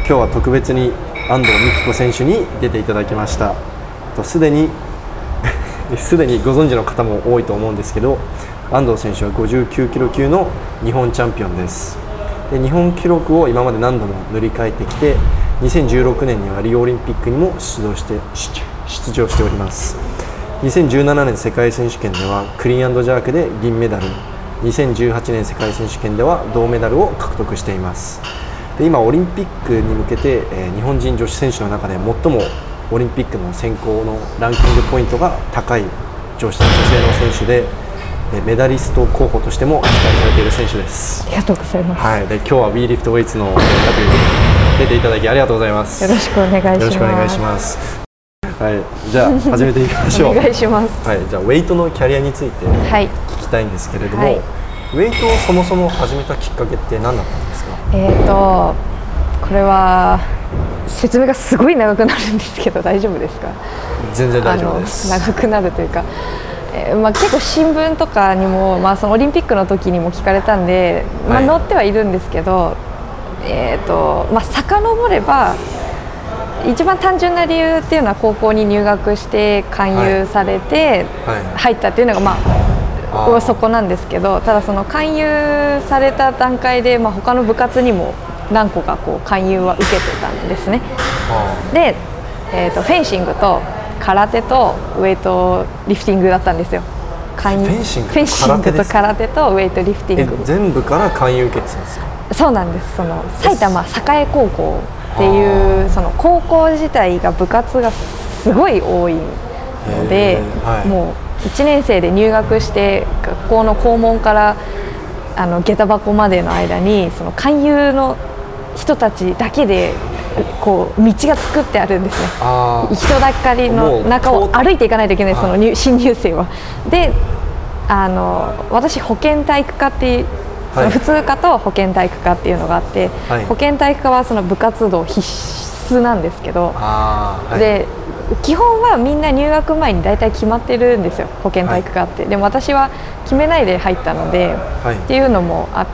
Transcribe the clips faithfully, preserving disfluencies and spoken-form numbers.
今日は特別に安藤美希子選手に出ていただきました。すでにすでにご存知の方も多いと思うんですけど、安藤選手はごじゅうきゅうキロ級の日本チャンピオンです。で日本記録を今まで何度も塗り替えてきて、にせんじゅうろくねんにはリオオリンピックにも出場して出場しております。にせんじゅうななねん世界選手権ではクリーン&ジャークで銀メダル、にせんじゅうはちねん世界選手権では銅メダルを獲得しています。で今オリンピックに向けて、えー、日本人女子選手の中で最もオリンピックの選考のランキングポイントが高い女子女性の選手で、メダリスト候補としても期待されている選手です。 ありがとうございます。 はい、で今日は We Lift Weights のインタビューに出ていただきありがとうございます。 よろしくお願いします。 よろしくお願いします。はい、じゃあ始めていきましょう。 お願いします。 はい、じゃあウェイトのキャリアについて聞きたいんですけれども、はい、ウェイトをそもそも始めたきっかけって何だったんですか？ えーとこれは説明がすごい長くなるんですけど大丈夫ですか？ 全然大丈夫です。 長くなるというか、えーまあ、結構新聞とかにも、まあ、そのオリンピックの時にも聞かれたんで、まあ、載ってはいるんですけど、はい、えーとまあ、遡れば一番単純な理由っていうのは高校に入学して勧誘されて入ったっていうのが、まあ、はい、そこなんですけど、ただその勧誘された段階で、まあ、他の部活にも何個かこう勧誘は受けてたんですね。で、えーとフェンシングと空手とウェイトリフティングだったんですよ。 フェンシング、 フェンシングと空手とウェイトリフティング、 全部から勧誘受けてたんですか？そうなんです。その埼玉栄高校っていうその高校自体が部活がすごい多いので、はい、もういちねん生で入学して学校の校門からあの下駄箱までの間にその勧誘の人たちだけでこう道が作ってあるんですね。人だかりの中を歩いていかないといけない、その入新入生は。で、あの私保健体育科っていう、その普通科と保健体育科っていうのがあって、はい、保健体育科はその部活動必須なんですけど、はい、で基本はみんな入学前に大体決まってるんですよ、保健体育科って。はい、でも私は決めないで入ったので、はい、っていうのもあって、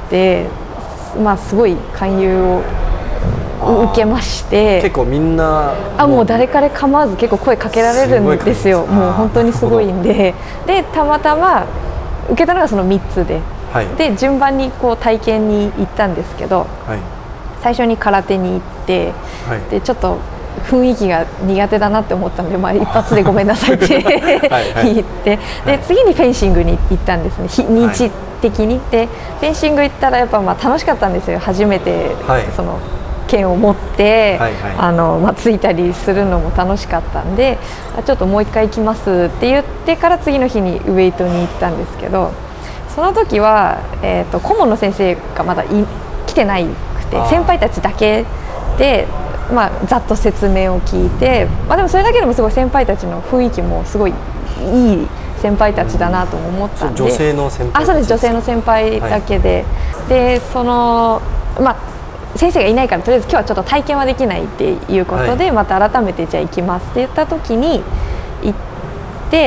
まあ、すごい勧誘を受けまして、 結構みんなあもう誰彼構わず結構声かけられるんですよ。もう本当にすごいんで、でたまたま受けたのがそのみっつで、はい、で順番にこう体験に行ったんですけど、はい、最初に空手に行って、はい、でちょっと雰囲気が苦手だなって思ったので、まあ、一発でごめんなさいってはい、言って、で次にフェンシングに行ったんですね、日にち的に。でフェンシング行ったらやっぱまあ楽しかったんですよ。初めてその剣を持って、はいはい、あのまあ、ついたりするのも楽しかったんで、ちょっともう一回行きますって言ってから次の日にウェイトに行ったんですけど、その時は、えーと、顧問の先生がまだい来てなくて、先輩たちだけで、まあ、ざっと説明を聞いて、まあ、でもそれだけでもすごい先輩たちの雰囲気もすごいいい先輩たちだなとも思ったんで、 女性の先輩、 あ、そうです、女性の先輩だけで、はい、でそのまあ先生がいないからとりあえず今日はちょっと体験はできないっていうことで、はい、また改めてじゃあ行きますって言った時に行って、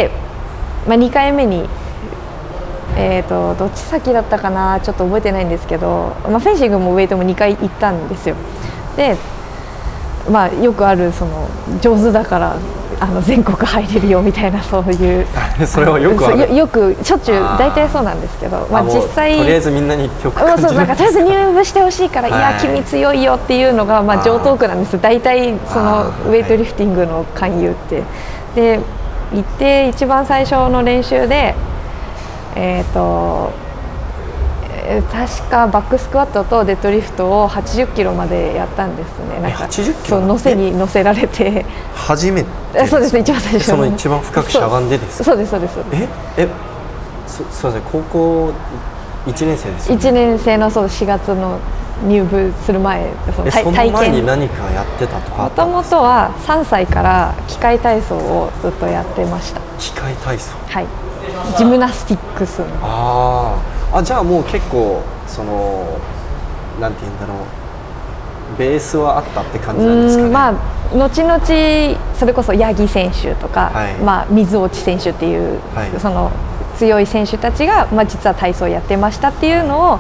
まあ、にかいめに、えーとどっち先だったかなちょっと覚えてないんですけど、まあ、フェンシングもウェイトもにかい行ったんですよ。でまあ、よくあるその上手だからあの全国入れるよみたいな、そういうそれはよくある よ, よくしょっちゅう大体そうなんですけど、まあ、実際とりあえずみんなに言っておく感じそうなんかとりあえず入部してほしいから、はい、いや君強いよっていうのがまあ常套句なんです。大体そのウェイトリフティングの勧誘って。で行って一番最初の練習でえっ、ー、と確かバックスクワットとデッドリフトをはちじゅっキロまでやったんですね。なんかはちじゅっキロ、 そう乗せに乗せられて初めて、 そうですね、一番最初その一番深くしゃがんでです。 そうですそうです。 ええそそうですね、高校いちねん生ですよね。 いちねん生のそうしがつの入部する前、 そのその前に何かやってたとかあったんですか？ もともとはさんさいから器械体操をずっとやってました。 器械体操、 はい、ジムナスティックスの。 ああ、じゃあもう結構そのなんていうんだろう、ベースはあったって感じなんですかね。 まあ後々それこそ八木選手とか、はい、まあ、水落選手っていう、はい、その強い選手たちが、まあ、実は体操やってましたっていうのを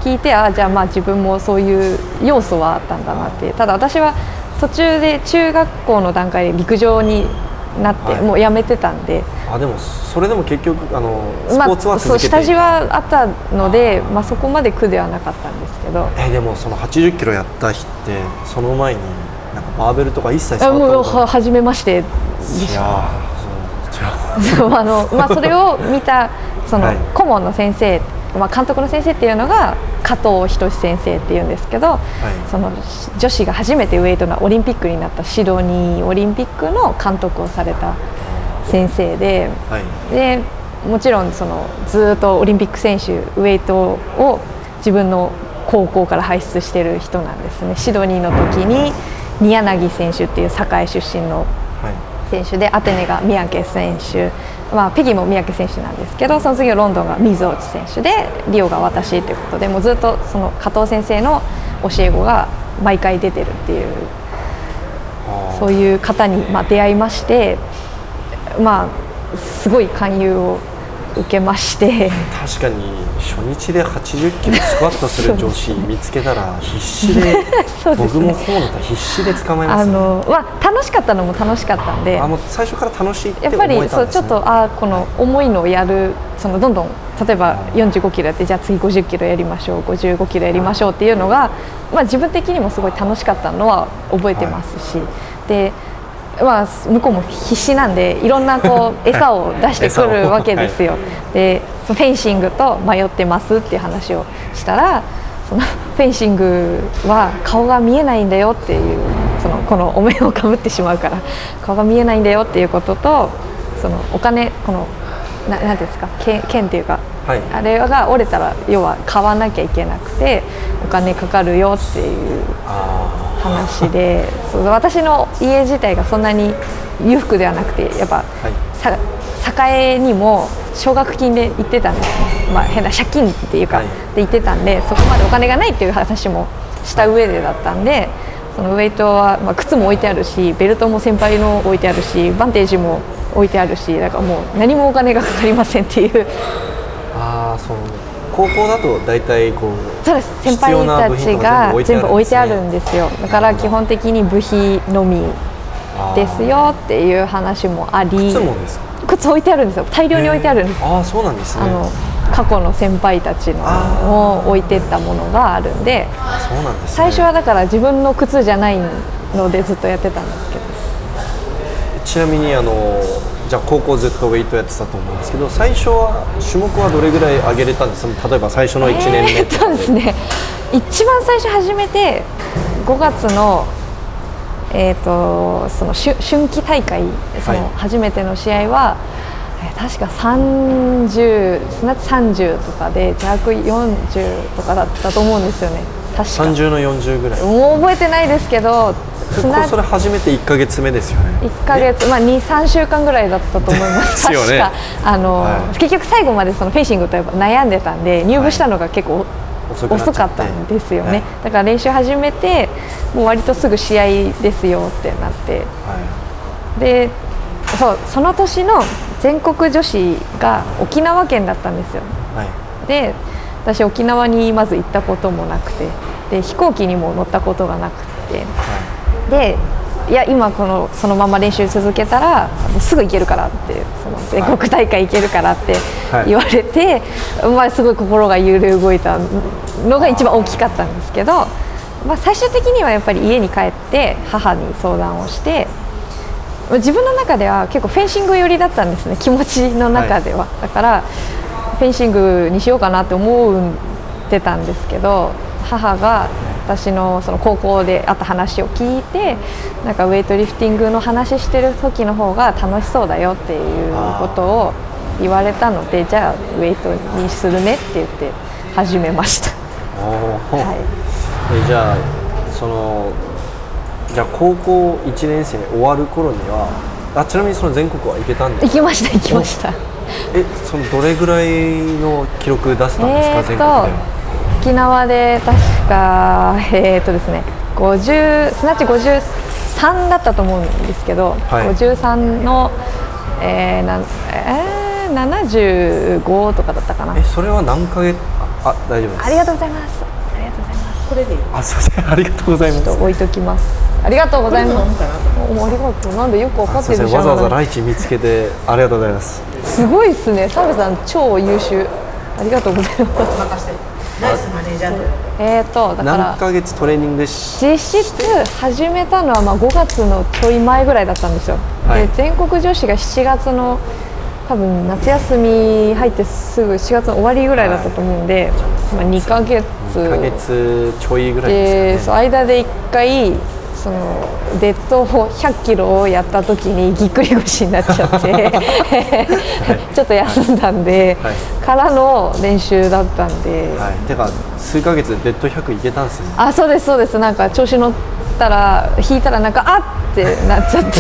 聞いて、あじゃあまあ自分もそういう要素はあったんだなって。ただ私は途中で中学校の段階で陸上になって、はい、もうやめてたんで。 あでもそれでも結局あのスポーツは続けていた、 まあ、下地はあったので、まあ、そこまで苦ではなかったんですけど。 えでもそのはちじゅっキロやった日ってその前になんかバーベルとか一切触ったことない？ もう初めましてでした。いやそうあの、まあ、それを見たその顧問の先生、まあ、監督の先生っていうのが加藤仁先生っていうんですけど、はい、その女子が初めてウエイトのオリンピックになったシドニーオリンピックの監督をされた先生で、はい、でもちろんそのずっとオリンピック選手ウエイトを自分の高校から輩出している人なんですね。シドニーの時に宮柳選手っていう堺出身の選手で、アテネが三宅選手、まあ、北京も三宅選手なんですけど、その次はロンドンが水落選手で、リオが私ということで、もうずっとその加藤先生の教え子が毎回出てるっていう、そういう方にまあ出会いまして、まあ、すごい勧誘を受けまして。 確かに初日ではちじゅっキロスクワットする女子見つけたら必死でで、ね、僕もそうだったら必死で捕まえます、ね、 あの、まあ、楽しかったのも楽しかったんで、 あもう最初から楽しいって思えたんですね。やっぱりそうちょっとあこの重いのをやる、そのどんどん例えばよんじゅうごキロやって、じゃあ次ごじゅっキロやりましょう、ごじゅうごキロやりましょうっていうのが、まあ、自分的にもすごい楽しかったのは覚えてますし、はい、でまあ、向こうも必死なんでいろんなこう餌を出してくるわけですよ。はい、でフェンシングと迷ってますっていう話をしたら、そのフェンシングは顔が見えないんだよっていう、そのこのお面をかぶってしまうから顔が見えないんだよっていうことと、そのお金このななんていうんですか、剣剣っていうか、はい、あれが折れたら要は買わなきゃいけなくてお金かかるよっていう話で、そう私の家自体がそんなに裕福ではなくて、やっぱ、はい、栄にも奨学金で行ってたんですね。まあ、変な借金っていうか、はい、で行ってたんで、そこまでお金がないっていう話もした上でだったんで、そのウエイトは、まあ、靴も置いてあるし、ベルトも先輩の置いてあるし、バンテージも置いてあるし、だからもう何もお金がかかりませんっていう。 あそう高校だと大体こうそうです、先輩たちが全部置いてあるんですよ。だから基本的に部費のみですよっていう話もあり、 靴もですか？ 靴置いてあるんですよ。大量に置いてあるんです。 ああそうなんですね。 あの過去の先輩たちのを置いてったものがあるんで、 そうなんですね。 最初はだから自分の靴じゃないのでずっとやってたんですけど。 ちなみにあのじゃあ高校ずっとウェイトやってたと思うんですけど、最初は種目はどれぐらい上げれたんですか？例えば最初のいちねんめとかで。 えー、そうですね、一番最初始めてごがつの、えー、とその春春季大会、その初めての試合は、はい、えー、確かさんじゅう、すなわちさんじゅうとかで弱よんじゅうとかだったと思うんですよね。確かさんじゅうのよんじゅうぐらい。 もう覚えてないですけど、 それ初めていっかげつめですよね。 いっかげつ、まあ、に、さんしゅうかんぐらいだったと思います。 ですよね。 確かあの、はい、結局最後までそのフェンシングと悩んでたんで、入部したのが結構、はい、遅かったんですよね。はい、だから練習始めてもう割とすぐ試合ですよってなって、はい、でそうその年の全国女子が沖縄県だったんですよ。はい、で私沖縄にまず行ったこともなくて、で飛行機にも乗ったことがなくて、はい、でいや今このそのまま練習続けたらもうすぐ行けるからって、その全国大会行けるからって言われて、はい、まあ、すごい心が揺れ動いたのが一番大きかったんですけど、まあ、最終的にはやっぱり家に帰って母に相談をして、自分の中では結構フェンシング寄りだったんですね、気持ちの中では。はい、だからフェンシングにしようかなって思ってたんですけど、母が私のその高校であった話を聞いて、なんかウェイトリフティングの話してる時の方が楽しそうだよっていうことを言われたので、じゃあウェイトにするねって言って始めました。 はい、えじゃあそのじゃあ高校いちねん生終わる頃には、あちなみにその全国は行けたんですか？ 行きました行きました。 えそのどれぐらいの記録出せたんですか？ えー、 全国では。 沖縄で確かえー、っとですねごじゅうすなわちごじゅうさんだったと思うんですけど、はい、ごじゅうさんの、えーなえー、ななじゅうごとかだったかな。 えそれは何ヶ月あ、大丈夫です。 ありがとうございます。ありがとうございます。 これでいい。 あ、すみません、ありがとうございます。 ちょっと置いときます。ありがとうございます。おありがとう。なんでよくわかってるじゃん。 わざわざライチ見つけてありがとうございます。 すごいですね。澤部さん超優秀。ありがとうございます。 任せて。ナイスマネージャー。 えーとだから何ヶ月トレーニングし実質始めたのはまあごがつのちょい前ぐらいだったんですよ。はい、で全国女子がしちがつの多分夏休み入ってすぐしちがつの終わりぐらいだったと思うんで、はい、まあにかげつにかげつちょいぐらいですかね。 で間でいっかいそのデッドひゃっキロをやった時にぎっくり腰になっちゃって、はい、ちょっと休んだんで、はい、からの練習だったんで、 はい、てか数ヶ月でデッドひゃくいけたんですね。 あ、そうですそうです。なんか調子乗ったら引いたらなんかあってなっちゃって、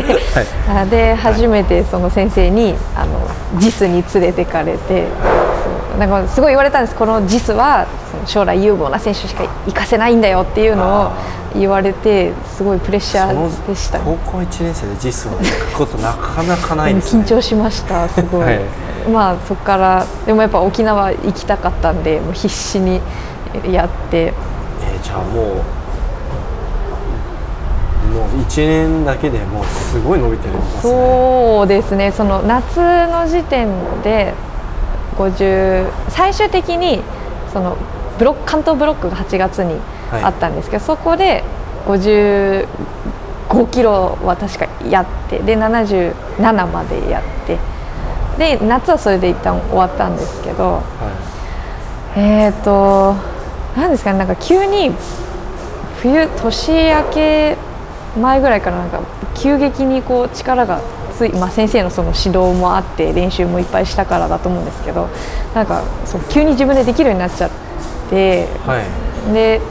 はい、で初めてその先生にあのジスに連れてかれて、そうなんかすごい言われたんです。このジスはその将来有望な選手しか行かせないんだよっていうのを言われて、すごいプレッシャーでした。 高校いちねん生でジスを行くことなかなかないですね。 緊張しましたすごい、はい、まあそこからでもやっぱ沖縄行きたかったんでもう必死にやって、 えー、じゃあもうもういちねんだけでもうすごい伸びてるんですね。 そうですね。その夏の時点でごじゅう最終的にそのブロック関東ブロックがはちがつにあったんですけど、はい、そこでごじゅうごキロは確かやってでななじゅうななまでやってで夏はそれで一旦終わったんですけど、はい、えっとなんですかね、なんか急に冬年明け前ぐらいからなんか急激にこう力がつい、まあ、先生のその指導もあって練習もいっぱいしたからだと思うんですけど、なんかそう急に自分でできるようになっちゃって、はい、で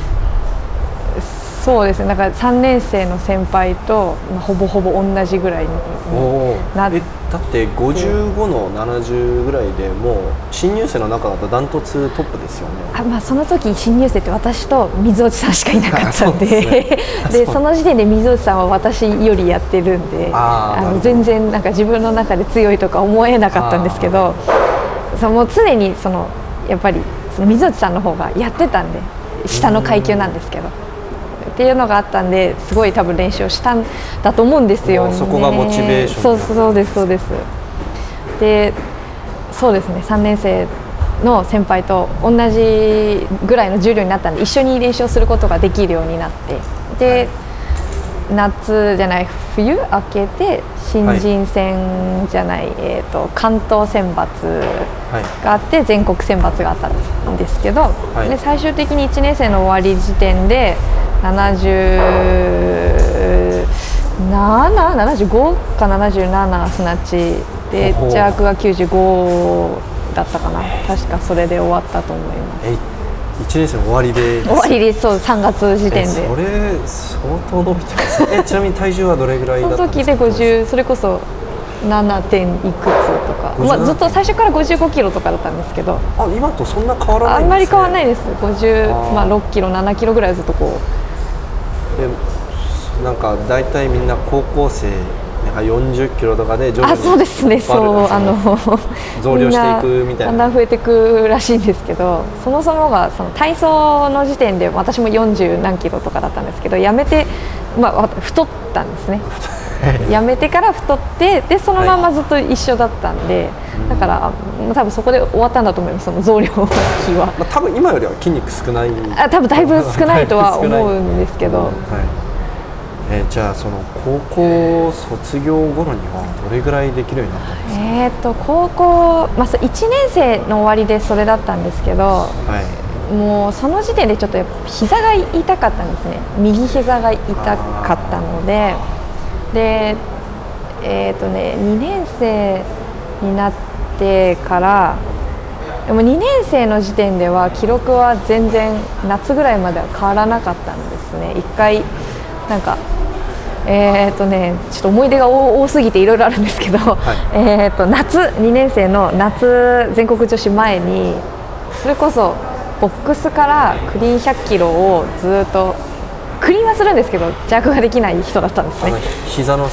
そうですね、なんかさんねん生の先輩と、まあ、ほぼほぼ同じぐらいになって。 だってごじゅうごのななじゅうぐらいでもう新入生の中だとダントツトップですよね。 あ、まあ、その時新入生って私と水落さんしかいなかったんでそで、ね、その時点で水落さんは私よりやってるんであの全然なんか自分の中で強いとか思えなかったんですけど、その常にそのやっぱりその水落さんの方がやってたんで下の階級なんですけど。っていうのがあったんですごい多分練習をしたんだと思うんですよね。 そこがモチベーション。 そうそうですそうです。でそうですね、さんねん生の先輩と同じぐらいの重量になったんで一緒に練習をすることができるようになってで、はい、夏じゃない冬明けて新人戦じゃない、はい、えーと関東選抜があって全国選抜があったんですけど、はい、で最終的にいちねん生の終わり時点でななじゅうなな、ななじゅうごかななじゅうななスナッチでジャークがきゅうじゅうごだったかな、確かそれで終わったと思います。 えいちねん生の終わりで終わりです。そうさんがつ時点で。 それ相当伸びてますね。えちなみに体重はどれぐらいだったんですか？ その時でごじゅうそれこそななてんいくつとか、まあ、ずっと最初からごじゅうごキロとかだったんですけど、 あ今とそんな変わらないんですね。 あんまり変わらないです。ごじゅうまあろっキロななキロぐらいずっとこうでなんか大体みんな高校生なんかよんじゅっキロとかで徐々にあそうですね、そうあの増量していくみたいな、 だんだん増えていくらしいんですけど、そもそもがその体操の時点で私もよんじゅうなんキロとかだったんですけど、やめて、まあ、太ったんですねやめてから太ってでそのままずっと一緒だったんで、はい、だから多分そこで終わったんだと思います、その増量期は。 まあ、多分今よりは筋肉少ないあ多分だいぶ少ないとは思うんですけど、はい、 えー、じゃあその高校卒業頃にはどれぐらいできるようになったんですか？ えーと高校、まあ、いちねん生の終わりでそれだったんですけど、はい、もうその時点でちょっとやっぱ膝が痛かったんですね。右膝が痛かったのでで、えーとね、にねん生になってからでもにねん生の時点では記録は全然夏ぐらいまでは変わらなかったんですね。一回なんかえーとね、ちょっと思い出が多すぎていろいろあるんですけど、はい、えと夏にねん生の夏全国女子前にそれこそボックスからクリーンひゃっキロをずっとクリーンはするんですけどジャークができない人だったんですね。 膝のせい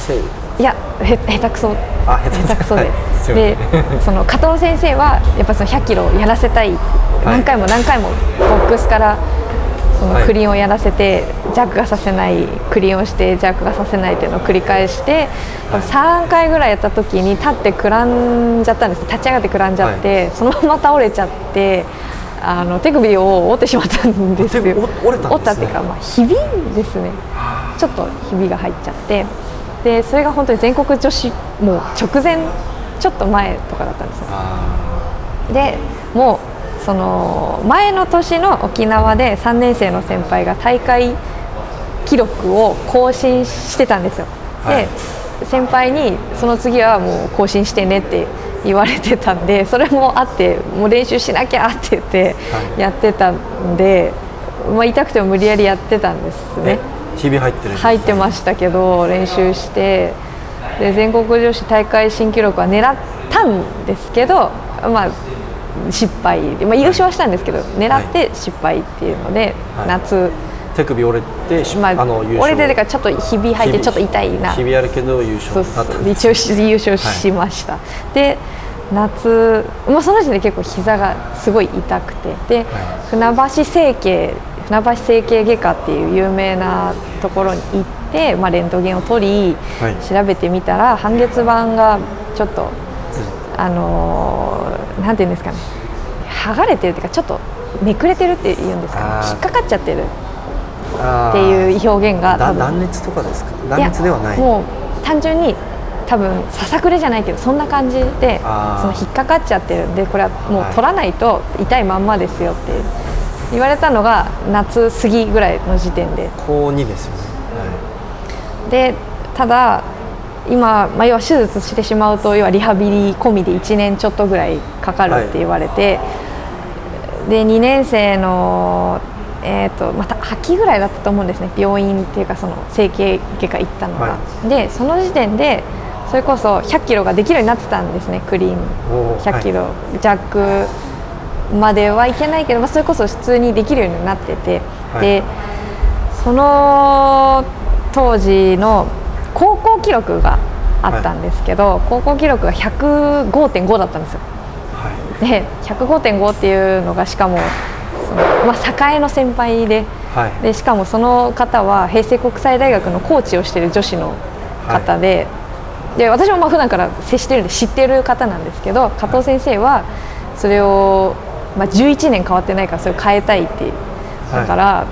いやへ下手くそあ下手くそで、 でその加藤先生はやっぱそのひゃっキロやらせたい、はい、何回も何回もボックスからそのクリーンをやらせて、はい、ジャックがさせないクリーンをしてジャックがさせないっていうのを繰り返して、はい、さんかいぐらいやった時に立ってくらんじゃったんです。立ち上がってくらんじゃって、はい、そのまま倒れちゃってあの手首を折ってしまったんですよ。折れたんですね。折ったっていうか、まあ、ひびですね。ちょっとひびが入っちゃって、でそれが本当に全国女子もう直前ちょっと前とかだったんですよ。でもうその前の年の沖縄でさんねん生の先輩が大会記録を更新してたんですよ。はい、で先輩にその次はもう更新してねって言われてたんで、それもあってもう練習しなきゃって言ってやってたんで、まあ、痛くても無理やりやってたんですね。 ひび入ってる、 入ってましたけど練習して、で全国女子大会新記録は狙ったんですけど、まあ失敗、まあ、優勝はしたんですけど狙って失敗っていうので、はい、夏手首折れて、 まあ、あの優勝折れてるからちょっとひび入ってちょっと痛いな、 ひびあるけど優勝だったんです。一応優勝しました、はい、で夏、まあ、その時点で結構膝がすごい痛くて、で、はい、船橋整形船橋整形外科っていう有名なところに行って、まあ、レントゲンを取り、はい、調べてみたら半月板がちょっとあのー、なんていうんですかね、剥がれてるっていうかちょっとめくれてるっていうんですかね、引っかかっちゃってるっていう表現が多分断裂とかですか？断裂ではない。 いやもう単純に多分ささくれじゃないけどそんな感じでその引っかかっちゃってるんで、これはもう取らないと痛いまんまですよって言われたのが夏過ぎぐらいの時点でこうにですよね、 はい、でただ今、まあ、要は手術してしまうと要はリハビリ込みでいちねんちょっとぐらいかかるって言われて、はい、でにねん生の、えー、とまた秋ぐらいだったと思うんですね、病院っていうかその整形外科行ったのが、はい、でその時点でそれこそひゃっキロができるようになってたんですね、クリーンひゃっキロ、はい、ジャックまではいけないけど、まあ、それこそ普通にできるようになってて、はい、でその当時の高校記録があったんですけど、はい、高校記録が ひゃくごてんご だったんですよ、はい、で ひゃくごてんご っていうのがしかもその、まあ、栄の先輩 で,、はい、でしかもその方は平成国際大学のコーチをしている女子の方で、はい、で私もまあ普段から接しているんで知っている方なんですけど、加藤先生はそれを、まあ、じゅういちねん変わってないからそれを変えたいってだから、はい、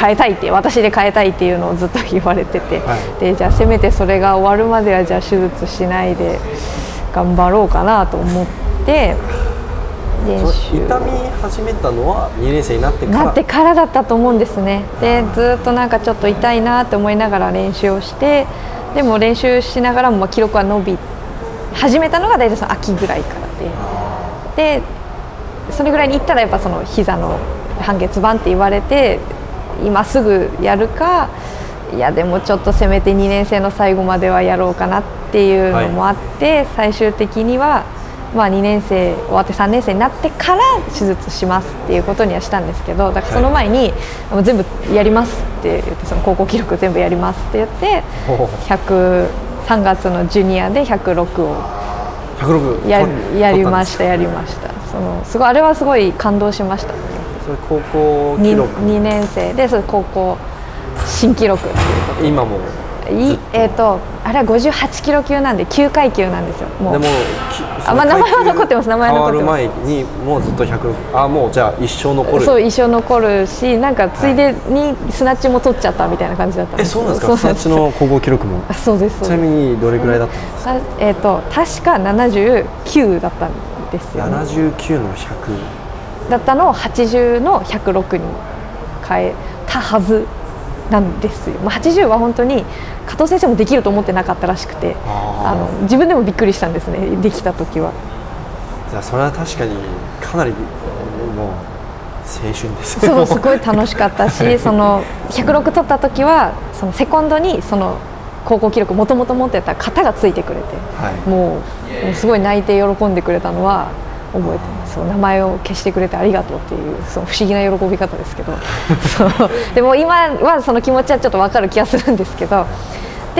変えたいって私で変えたいっていうのをずっと言われてて、はい、でじゃあせめてそれが終わるまではじゃあ手術しないで頑張ろうかなと思って練習痛み始めたのはにねん生になってからなってからだったと思うんですね。でずっとなんかちょっと痛いなって思いながら練習をして、でも練習しながらも記録は伸び始めたのが大体その秋ぐらいからで、でそれぐらいにいったらやっぱその膝の半月板って言われて今すぐやるか、いやでもちょっとせめてにねん生の最後まではやろうかなっていうのもあって、はい、最終的には、まあ、にねん生終わってさんねん生になってから手術しますっていうことにはしたんですけど、だからその前に、はい、もう全部やりますって言って、その高校記録全部やりますって言ってひゃくさんがつのジュニアでひゃくろくをひゃくろくや, やりましたやりましたそのすごいあれはすごい感動しました。 それ高校記録 2, 2年生でそれ高校新記録っていうこと今もい、えー、とあれはごじゅうはちキロ級なんできゅうかい級なんですよ。もうでもあ、まあ、名前は残ってます名前は残ってます。 変わる前にもうずっとひゃくろくあもうじゃあ一生残る。 そう一生残るし、なんかついでにスナッチも取っちゃったみたいな感じだったんです。 えそうなんですか。スナッチの高校記録もそうですそうです。 ちなみにどれぐらいだったんですか。 えー、と確かななじゅうきゅうだったんですよね。 ななじゅうきゅうのひゃくだったのをはちじゅうのひゃくろくに変えたはずなんですよ。まあ、はちじゅうは本当に加藤先生もできると思ってなかったらしくて、あの自分でもびっくりしたんですね、できた時は。 じゃあそれは確かにかなりもう青春ですね。 そうすごい楽しかったしそのひゃくろく取った時はそのセコンドにその高校記録もともと持ってた方がついてくれて、はい、もう、もうすごい泣いて喜んでくれたのは覚えてます。そう名前を消してくれてありがとうっていうその不思議な喜び方ですけどそうでも今はその気持ちはちょっと分かる気がするんですけど、で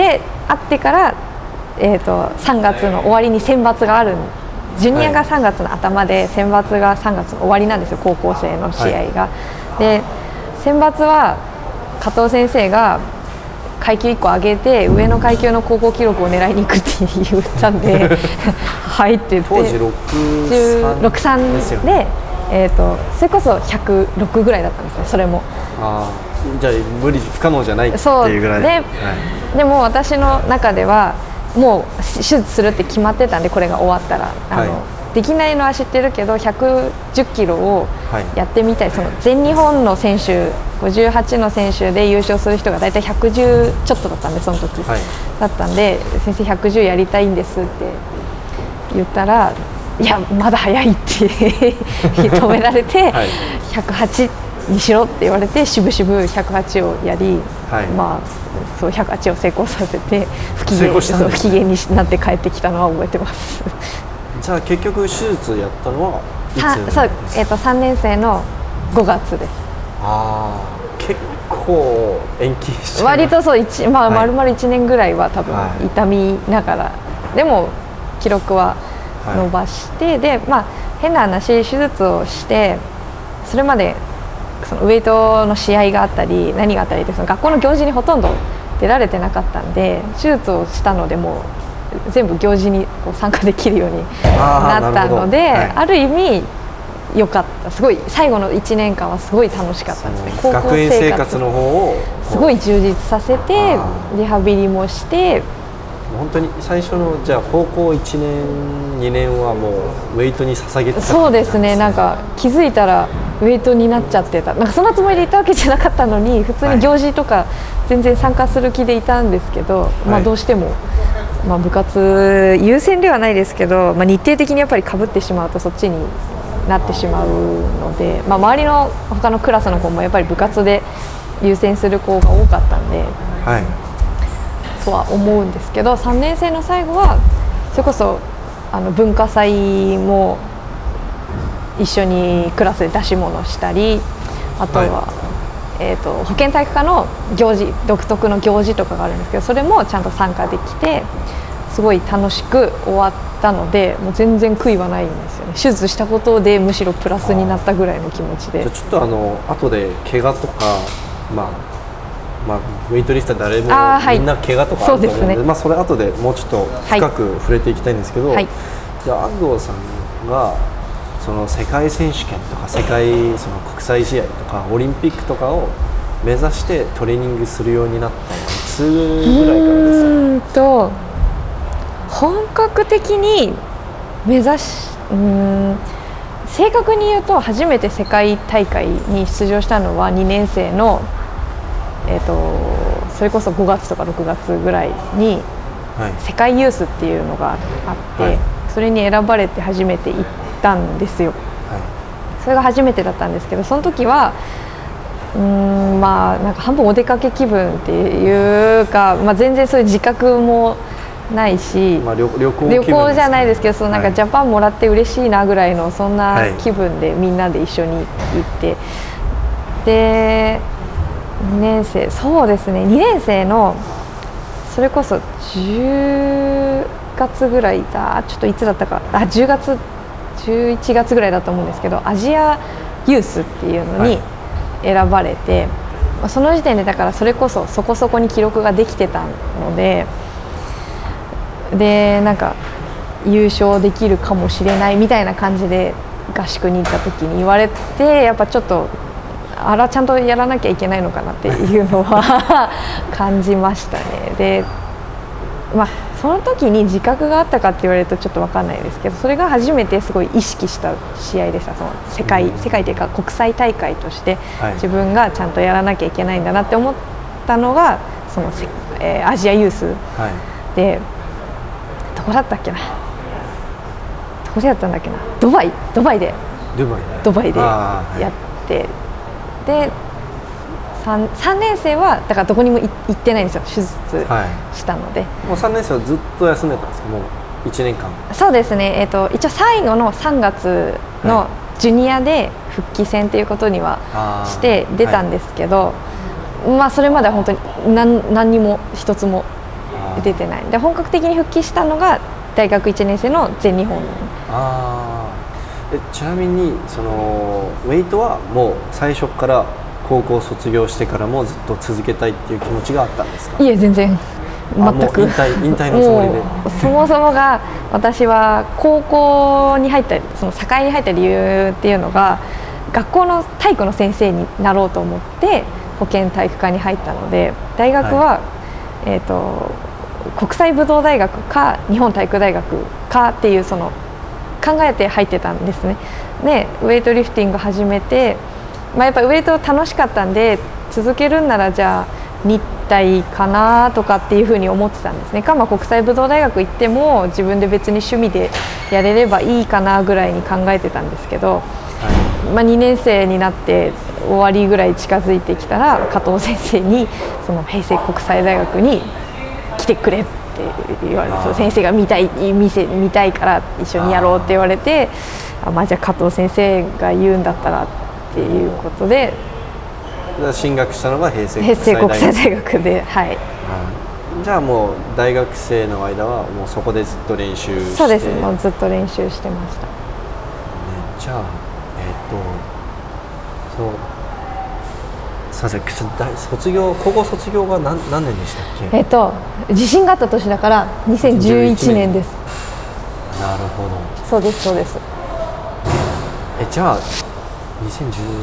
あってから、えー、とさんがつの終わりに選抜がある、ジュニアがさんがつの頭で選抜がさんがつの終わりなんですよ、高校生の試合が。はい、で選抜は加藤先生が階級いっこ上げて上の階級の高校記録を狙いに行くって言ったんではいって言って当時ろくさんですよね。で、えー、とそれこそひゃくろくぐらいだったんですね、それも。 あじゃあ無理不可能じゃないっていうぐらいで、 で、 はい、でも私の中ではもう手術するって決まってたんで、これが終わったらあの、はい、できないのは知ってるけどひゃくじゅっキロをやってみたい、はい、その全日本の選手ごじゅうはちの選手で優勝する人が大体ひゃくじゅうちょっとだったんで、その時、はい、だったんで、先生ひゃくじゅうやりたいんですって言ったら、いやまだ早いって止められて、はい、ひゃくはちにしろって言われて、しぶしぶひゃくはちをやり、はい、まあそうひゃくはちを成功させて不機嫌、そう不機嫌になって帰ってきたのは覚えてますじゃあ結局手術やったのはいつ？ そう、えー、とさんねん生のごがつです。 ああ、結構延期しちゃう。 割とそう、まあ、丸々いちねんぐらいは多分痛みながら、はい、でも記録は伸ばして、はい、でまあ変な話、手術をしてそれまでそのウエイトの試合があったり何があったりって、その学校の行事にほとんど出られてなかったんで、手術をしたのでもう全部行事にこう参加できるようになったので、 あ,、はい、ある意味良かった。すごい最後のいちねんかんはすごい楽しかったですね。高校学園生活の方をすごい充実させて、リハビリもして、 本当に最初のじゃあ高校いちねんにねんはもうウェイトに捧げてた、 そうですね。なんか気づいたらウェイトになっちゃってた。なんかそんなつもりでいたわけじゃなかったのに、普通に行事とか全然参加する気でいたんですけど、はい、まあどうしても、まあ、部活優先ではないですけど、まあ、日程的にやっぱり被ってしまうとそっちになってしまうので、まあ、周りの他のクラスの子もやっぱり部活で優先する子が多かったんで、はい、とは思うんですけど、さんねん生の最後はそれこそあの文化祭も一緒にクラスで出し物したり、あとは、はい、えーと、保健体育科の行事、独特の行事とかがあるんですけど、それもちゃんと参加できてすごい楽しく終わったので、もう全然悔いはないんですよね。手術したことでむしろプラスになったぐらいの気持ちで。 じゃあちょっとあの後で怪我とか、まあまあ、ウェイトリストは誰もみんな怪我とかあると思うので、そうですね、まあ、それ後でもうちょっと深く触れていきたいんですけど、はい、じゃあ安藤さんがその世界選手権とか世界その国際試合とかオリンピックとかを目指してトレーニングするようになったのはいつぐらいからですか？うーんと本格的に目指し、うーん正確に言うと初めて世界大会に出場したのはにねん生の、えー、とそれこそごがつとかろくがつぐらいに世界ユースっていうのがあって、はい、それに選ばれて初めて行ったんですよ、はい、それが初めてだったんですけど、その時はうーんまあなんか半分お出かけ気分っていうか、まあ、全然そういう自覚もないし、 まあ、旅, 旅, 行旅行じゃないですけど、そのなんかジャパンもらって嬉しいなぐらいのそんな気分でみんなで一緒に行って、はい、でにねん生、そうですね、にねん生のそれこそじゅうがつぐらいだ、ちょっといつだったか、あじゅうがつじゅういちがつぐらいだと思うんですけど、アジアユースっていうのに選ばれて、はい、その時点でだからそれこそそこそこに記録ができてたので、でなんか優勝できるかもしれないみたいな感じで合宿に行った時に言われて、やっぱちょっとあらちゃんとやらなきゃいけないのかなっていうのは感じましたね。で、まあその時に自覚があったかって言われるとちょっと分かんないですけど、それが初めてすごい意識した試合でした。その世界、うん、世界というか国際大会として自分がちゃんとやらなきゃいけないんだなって思ったのがその、えー、アジアユースで、はい、どこだったっけな、どこでやったんだっけな、ドバイドバイでドバイ、 ドバイでやって、はい、で 3, 3年生はだからどこにも行ってないんですよ、手術したので、はい、 もうさんねん生はずっと休んでたんですか？もういちねんかん。 そうですね、えー、と一応最後のさんがつのジュニアで復帰戦ということにはして出たんですけど、はい、まあそれまでは本当に 何, 何にも一つも出てないで、本格的に復帰したのが大学いちねん生の全日本。 あえちなみにそのウェイトはもう最初から高校卒業してからもずっと続けたいっていう気持ちがあったんですか？ いえ全然全く引退、引退のつもりでそもそもが私は高校に入ったその境に入った理由っていうのが学校の体育の先生になろうと思って保健体育科に入ったので、大学は、はい、えーと国際武道大学か日本体育大学かっていうその考えて入ってたんですね。でウェイトリフティング始めて、まあ、やっぱりウェイト楽しかったんで続けるんならじゃあ日体かなとかっていうふうに思ってたんですね。か、まあ、国際武道大学行っても自分で別に趣味でやれればいいかなぐらいに考えてたんですけど、はい、まあ、にねん生になって終わりぐらい近づいてきたら加藤先生にその平成国際大学に来てくれって言われて、先生が見たい見せ見たいから一緒にやろうって言われて、あ、まあ、じゃあ加藤先生が言うんだったらっていうことで進学したのが平成国際大学、平成国際大学で、はい、 うん、じゃあもう大学生の間はもうそこでずっと練習して。 そうです、もうずっと練習してました。 じゃあえっ、とそうすみません、卒業高校卒業が 何, 何年でしたっけ？ えっと地震があった年だからにせんじゅういちねんです。 なるほど。 そうですそうです。 えじゃあにせんじゅ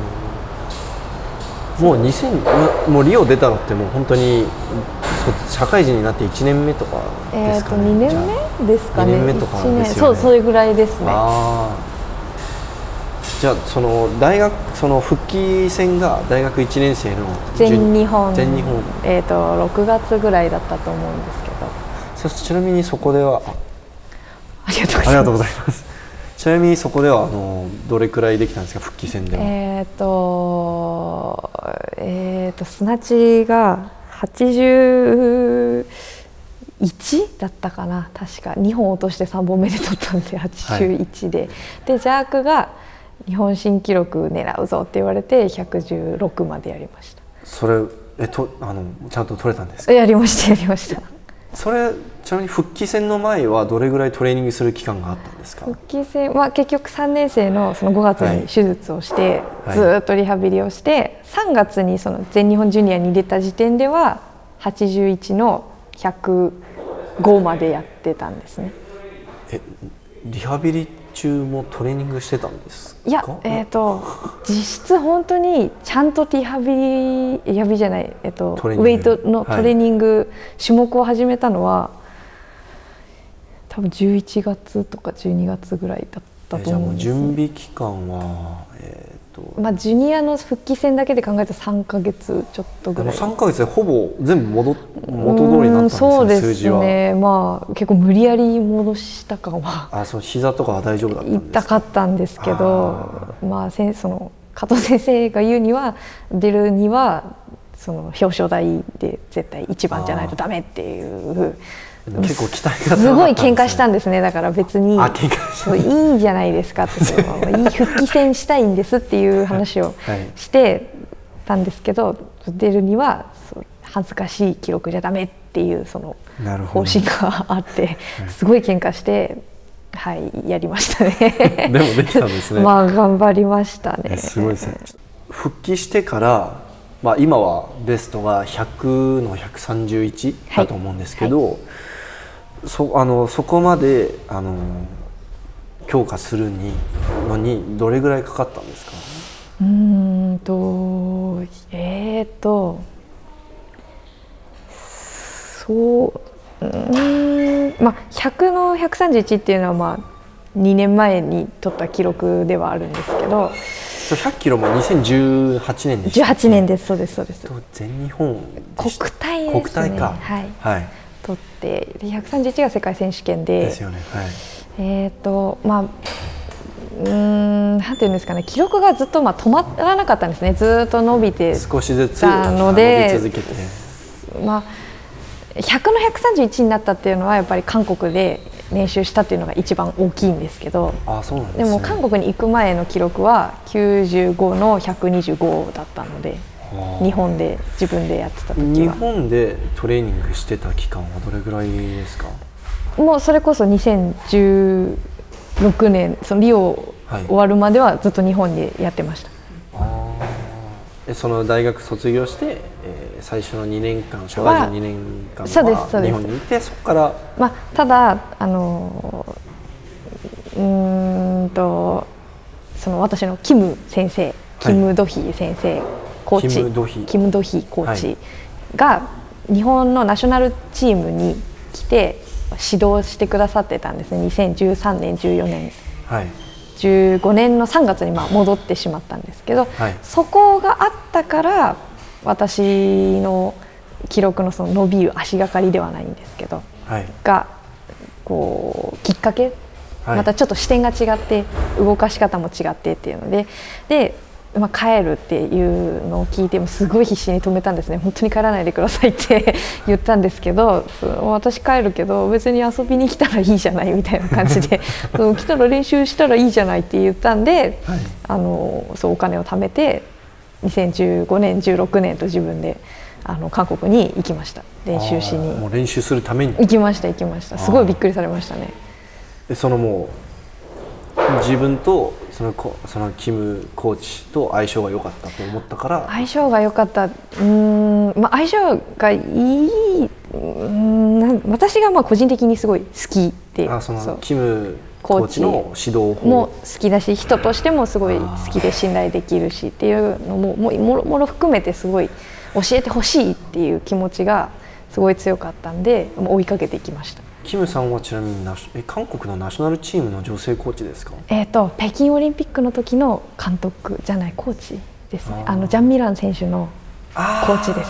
うもうにせんもうリオ出たのってもう本当に社会人になっていちねんめとかですかね？ えー、とにねんめですかね。 にねんめとかですよね。 そう、それぐらいですね。 あじゃあその大学その復帰戦が大学いちねん生の全日本全日本えっ、ー、とろくがつぐらいだったと思うんですけど。 そちなみにそこではありがとうございます。 ちなみにそこではあのどれくらいできたんですか、復帰戦では？ えっ、ー、とえっ、ー、とスナチがはちじゅういちだったかな、確かにほん落としてさんぼんめで取ったんではちじゅういちで、はい、でジャークが日本新記録狙うぞって言われてひゃくじゅうろくまでやりました。 それえとあのちゃんと取れたんですか？ やりましたやりました。 それちなみに復帰戦の前はどれぐらいトレーニングする期間があったんですか？ 復帰戦は結局さんねん生のそのごがつに手術をして、はい、ずっとリハビリをして、さんがつにその全日本ジュニアに出た時点でははちじゅういちのひゃくごまでやってたんですね。えリハビリ中もトレーニングしてたんですか？ いや、えーと、実質本当にちゃんとリハビリリハビリじゃない、えーと、ウェイトのトレーニング、はい、種目を始めたのは多分じゅういちがつとかじゅうにがつぐらいだったと思うんです、ね。 じゃあもう準備期間は、えーとまあ、ジュニアの復帰戦だけで考えたらさんかげつちょっとぐらい。 さんかげつでほぼ全部戻元通りになったんですよね。 そうですね、まあ、結構無理やり戻した感はあそう膝とかは大丈夫だったんですか？ 痛かったんですけど、まあ、せその加藤先生が言うには出るにはその表彰台で絶対一番じゃないとダメっていう結構期待が高かったんですね。 すごい喧嘩したんですね。だから別にあ喧嘩したいいじゃないですかっていい復帰戦したいんですっていう話をしてたんですけど、出るには恥ずかしい記録じゃダメっていうその方針があってすごい喧嘩して、はい、やりましたね。 でもできたんですね。 まあ頑張りましたね。 すごいですね。復帰してから、まあ、今はベストがひゃくのひゃくさんじゅういちだと思うんですけど、はいはい、そ, あのそこまであの強化するにのにどれぐらいかかったんですか？ うーんとえーとそううんまあひゃくのひゃくさんじゅういちっていうのはまあにねんまえに取った記録ではあるんですけど、 ひゃっキロもにせんじゅうはちねんでした、ね、 じゅうはちねんです。そうですそうです。 全日本国体ですね。 国体か、 はい、 はい、 取ってひゃくさんじゅういちが世界選手権でですよね、はい、 えーとまあうーんなんていうんですかね、記録がずっとまあ止まらなかったんですね。ずっと伸びて少しずつたので伸び続けて、 まあ、ひゃくのひゃくさんじゅういちになったっていうのはやっぱり韓国で練習したっていうのが一番大きいんですけど、 あ、そうなんですね。 でも韓国に行く前の記録はきゅうじゅうごのひゃくにじゅうごだったので、 日本で自分でやってた時は。 日本でトレーニングしてた期間はどれぐらいですか？ もうそれこそにせんじゅうろくねんそのリオ終わるまではずっと日本でやってました。 あえその大学卒業して、えー、最初のにねんかん社会人にねんかんは日本にいて、そこから、 まあ、ただあのうーんとその私のキム先生、キム・ドヒ先生コーチ、 キム・ドヒ、 キム・ドヒコーチが日本のナショナルチームに来て指導してくださってたんですね。にせんじゅうさんねんじゅうよねん、 はい、 じゅうごねんのさんがつにまあ戻ってしまったんですけど、 はい、 そこがあったから私の記録のその伸びる足がかりではないんですけど、 はい、がこうきっかけ、 はい、 またちょっと視点が違って動かし方も違ってっていうので、で、まあ、帰るっていうのを聞いてもすごい必死に止めたんですね。本当に帰らないでくださいって言ったんですけど、私帰るけど別に遊びに来たらいいじゃないみたいな感じで来たら練習したらいいじゃないって言ったんで、はい、あのそうお金を貯めてにせんじゅうごねんじゅうろくねんと自分であの韓国に行きました。練習しにもう練習するために行きました行きました。すごいびっくりされましたね。 でそのもう自分とそのそのキムコーチと相性が良かったと思ったから。 相性が良かった、うーん、まあ、相性がいい、うーん、私がまあ個人的にすごい好きで、 あそのキムコーチの指導法も好きだし、人としてもすごい好きで信頼できるしっていうのもももろもろ含めてすごい教えてほしいっていう気持ちがすごい強かったんで、もう追いかけていきました。 キムさんはちなみにえ韓国のナショナルチームの女性コーチですか？ えーと北京オリンピックの時の監督じゃないコーチですね。あのジャン・ミラン選手のコーチです。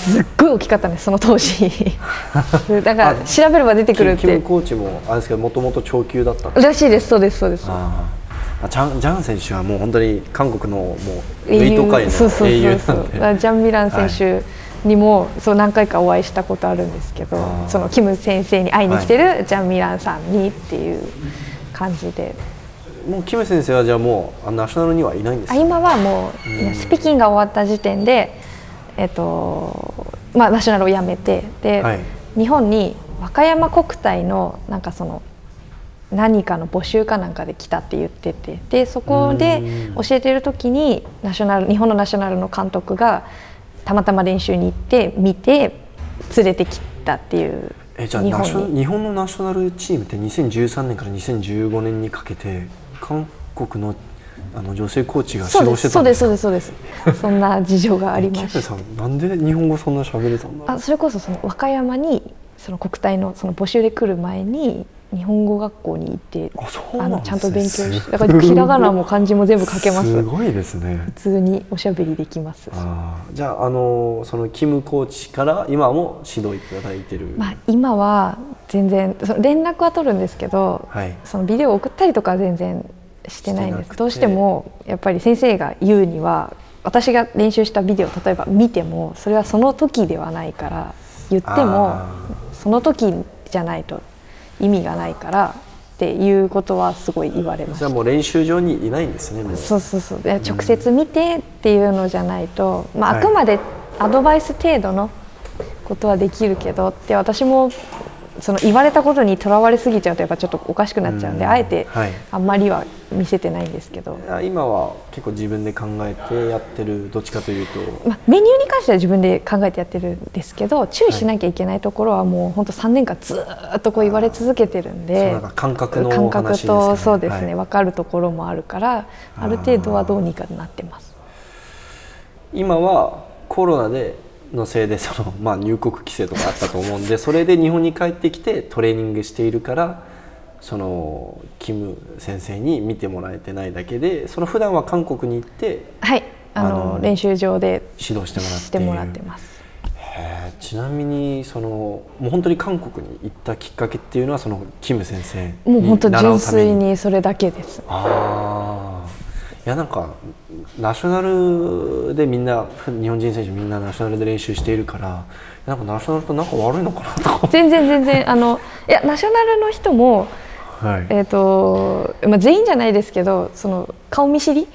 すっごい大きかったんですその当時だから調べれば出てくるって。 キムコーチもあれですけどもともと長級だったらしいです。そうですそうです。 あジャン、ジャン選手はもう本当に韓国のもうウェイト界の英雄なんで、 ジャン・ミラン選手、はいにもそう何回かお会いしたことあるんですけど、そのキム先生に会いに来てるジャン・ミランさんにっていう感じで、 はい、もうキム先生はじゃあもうナショナルにはいないんですか？ 今はもうスピキンが終わった時点で、えっとまあ、ナショナルを辞めてで、はい、日本に和歌山国体のなんかその何かの募集かなんかで来たって言ってて、でそこで教えてる時にナショナル日本のナショナルの監督がたまたま練習に行って見て連れてきたっていう。 えじゃあ日本に日本のナショナルチームってにせんじゅうさんねんからにせんじゅうごねんにかけて韓国のあの女性コーチが指導してたんですか？ そうですそうですそうですそんな事情がありました。 キムさんなんで日本語そんな喋れたんだ？ あそれこそその和歌山にその国体のその募集で来る前に日本語学校に行って、 あそうなんですね、 あのちゃんと勉強して、だからひらがなも漢字も全部書けます。 すごいですね。 普通におしゃべりできます。 あじゃあ、あのそのキムコーチから今も指導いただいてる？ まあ、今は全然その連絡は取るんですけど、はい、そのビデオを送ったりとかは全然してないんです。どうしてもやっぱり先生が言うには私が練習したビデオを例えば見てもそれはその時ではないから言ってもその時じゃないと意味がないからっていうことはすごい言われました。 じゃあもう練習場にいないんですね。もうそうそうそう。直接見てっていうのじゃないと、まあ、あくまでアドバイス程度のことはできるけどって私もその言われたことにとらわれすぎちゃうとやっぱちょっとおかしくなっちゃうんで、うん、あえてあんまりは見せてないんですけど、 はい、今は結構自分で考えてやってるどっちかというと、 まあ、メニューに関しては自分で考えてやってるんですけど注意しなきゃいけないところはもう本当さんねんかんずっとこう言われ続けてるんで、 そうなんか感覚のお話ですね。 感覚とそうですね、はい、分かるところもあるからある程度はどうにかなってます。 今はコロナでのせいでその、まあ、入国規制とかあったと思うんでそれで日本に帰ってきてトレーニングしているからそのキム先生に見てもらえてないだけでその普段は韓国に行ってはいあのあの練習場で指導してもらってしてもらってます。 へちなみにそのもう本当に韓国に行ったきっかけっていうのはそのキム先生に習うためにもう本当純粋にそれだけです。 あいやなんかナショナルでみんな日本人選手みんなナショナルで練習しているからなんかナショナルと仲悪いのかなとか全然全然あのいやナショナルの人も、はいえーとまあ、全員じゃないですけどその顔見知り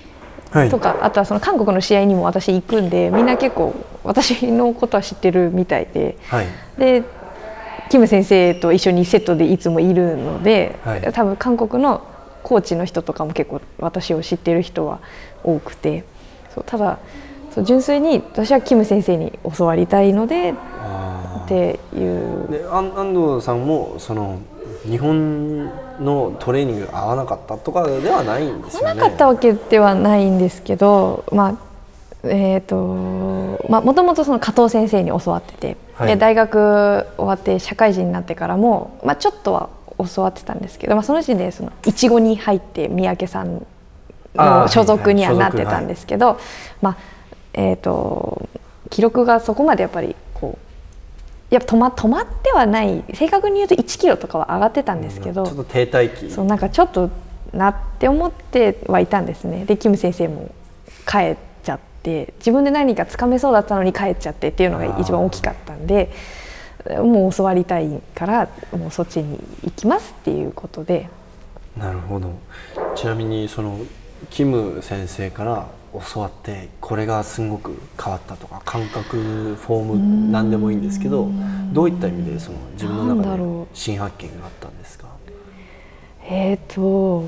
とか、はい、あとはその韓国の試合にも私行くんで、みんな結構私のことは知ってるみたいで、はい、でキム先生と一緒にセットでいつもいるので、はい、多分韓国のコーチの人とかも結構私を知ってる人は多くて、そうただそう純粋に私はキム先生に教わりたいのでっていう。 で安藤さんもその日本のトレーニング合わなかったとかではないんですよね。 合わなかったわけではないんですけど、まあえーとまあ、もともとその加藤先生に教わってて、はい、大学終わって社会人になってからも、まあ、ちょっとは教わってたんですけど、まあ、その時点でそのいちごに入って三宅さんの所属にはなってたんですけど、まあえーと記録がそこまでやっぱりこうやっぱ止ま、止まってはない、正確に言うといちキロとかは上がってたんですけど、 うん、ちょっと停滞期、 そうなんかちょっとなって思ってはいたんですね。でキム先生も帰ってで自分で何かつかめそうだったのに帰っちゃってっていうのが一番大きかったんで、もう教わりたいからもうそっちに行きますっていうことで。 なるほど。ちなみにそのキム先生から教わってこれがすごく変わったとか、感覚フォーム何でもいいんですけど、どういった意味でその自分の中で新発見があったんですか？ えーと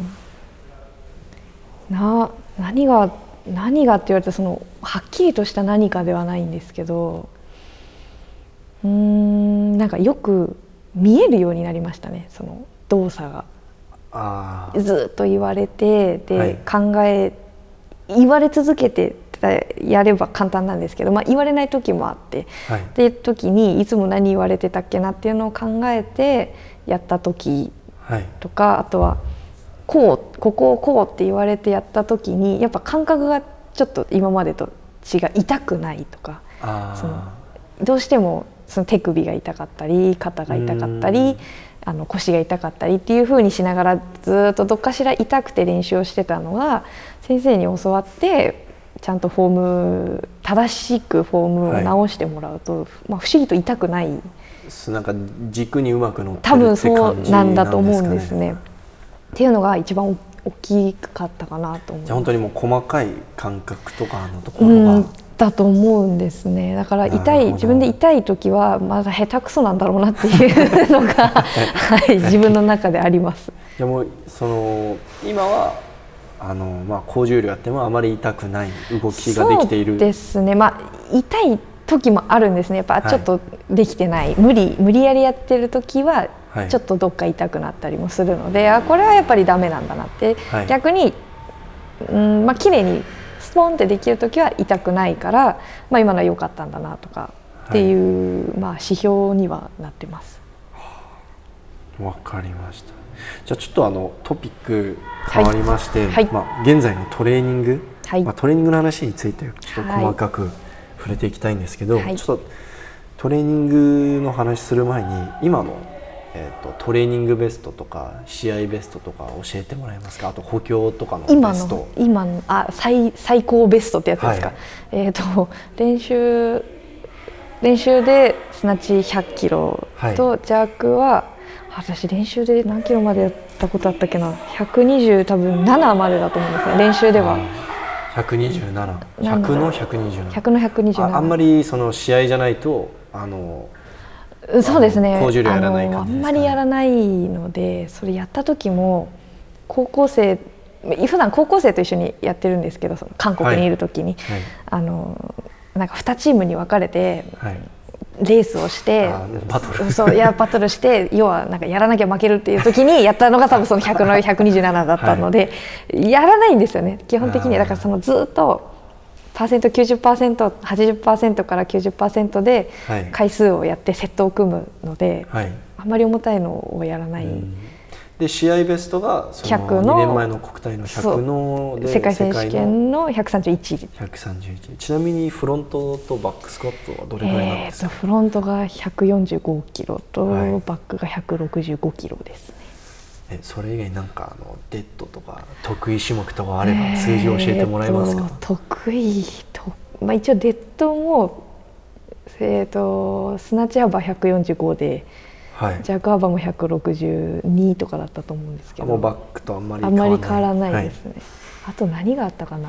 な何が何がって言われたらそのはっきりとした何かではないんですけど、うーんなんかよく見えるようになりましたね、その動作が。あずっと言われてで、はい、考え言われ続けてやれば簡単なんですけど、まあ、言われない時もあって、はい、っていう時にいつも何言われてたっけなっていうのを考えてやった時とか、はい、あとはこうここをこうって言われてやった時にやっぱ感覚がちょっと今までと違う、痛くないとか、そのどうしてもその手首が痛かったり肩が痛かったりあの腰が痛かったりっていう風にしながらずっとどっかしら痛くて練習をしてたのが先生に教わってちゃんとフォーム正しくフォームを直してもらうと、はい、まあ、不思議と痛くない、 なんか軸にうまく乗ってるって多分感じなんそうなんだと思うんですね。っていうのが一番大きかったかなと思う。 じゃあ本当にもう細かい感覚とかのところが、うん、 だと思うんですね。だから痛い自分で痛い時はまだ下手くそなんだろうなっていうのが、はい、自分の中であります。 でもその今はあの、まあ、高重量やってもあまり痛くない動きができている。 そうですね、まあ、痛い時もあるんですね。やっぱちょっとできてない、はい、無理無理やりやってる時はちょっとどっか痛くなったりもするので、はい、あこれはやっぱりダメなんだなって、はい、逆に、うんまあ綺麗にスポンってできる時は痛くないから、まあ、今のは良かったんだなとかっていう、はい、まあ、指標にはなってます。 わかりました。じゃあちょっとあのトピック変わりまして、はいはい、まあ、現在のトレーニング、はい、まあ、トレーニングの話についてちょっと細かく触れていきたいんですけど、はい、ちょっとトレーニングの話する前に今の、えー、とトレーニングベストとか試合ベストとか教えてもらえますか？あと補強とかのベスト。 今の今のあ 最, 最高ベストってやつですか？はい、えー、と練習練習でスナッチひゃっキロと、はい、ジャークは私練習で何キロまでやったことあったっけな、ひゃくにじゅう多分ななまでだと思うんですね、練習では。 ひゃくにじゅうなな、ひゃくのひゃくにじゅうなな、 ひゃくのひゃくにじゅうなな。 あ, あんまりその試合じゃないとあのそうですね、 高重量やらない感じですかね。 あんまりやらないので、それやった時も高校生普段高校生と一緒にやってるんですけど、その韓国にいる時に、はいはい、あのなんかにチームに分かれて、はい、レースをしてバトルそういやバトルして要はなんかやらなきゃ負けるっていう時にやったのが多分そのひゃくのひゃくにじゅうななだったので、はい、やらないんですよね基本的に。だからそのずっとパーセント きゅうじゅっパーセント、はちじゅっパーセント から きゅうじゅっパーセント で回数をやってセットを組むので、はい、あんまり重たいのをやらない。 で試合ベストがそのにねんまえの国体のひゃくので世界選手権のひゃくさんじゅういち。 ひゃくさんじゅういち。ちなみにフロントとバックスクワットはどれぐらいなんですか？ えーとフロントがひゃくよんじゅうごキロと、はい、バックがひゃくろくじゅうごキロですね。 えそれ以外なんかあのデッドとか得意種目とかあれば数字を教えてもらえますか？ えー、得意と、まあ、一応デッドも、えー、とスナッチ幅ひゃくよんじゅうごで、はい、ジャーク幅もひゃくろくじゅうにとかだったと思うんですけど、 もうバックとあんまり変わらない、あんまり変わらないですね。はい、あと何があったかな。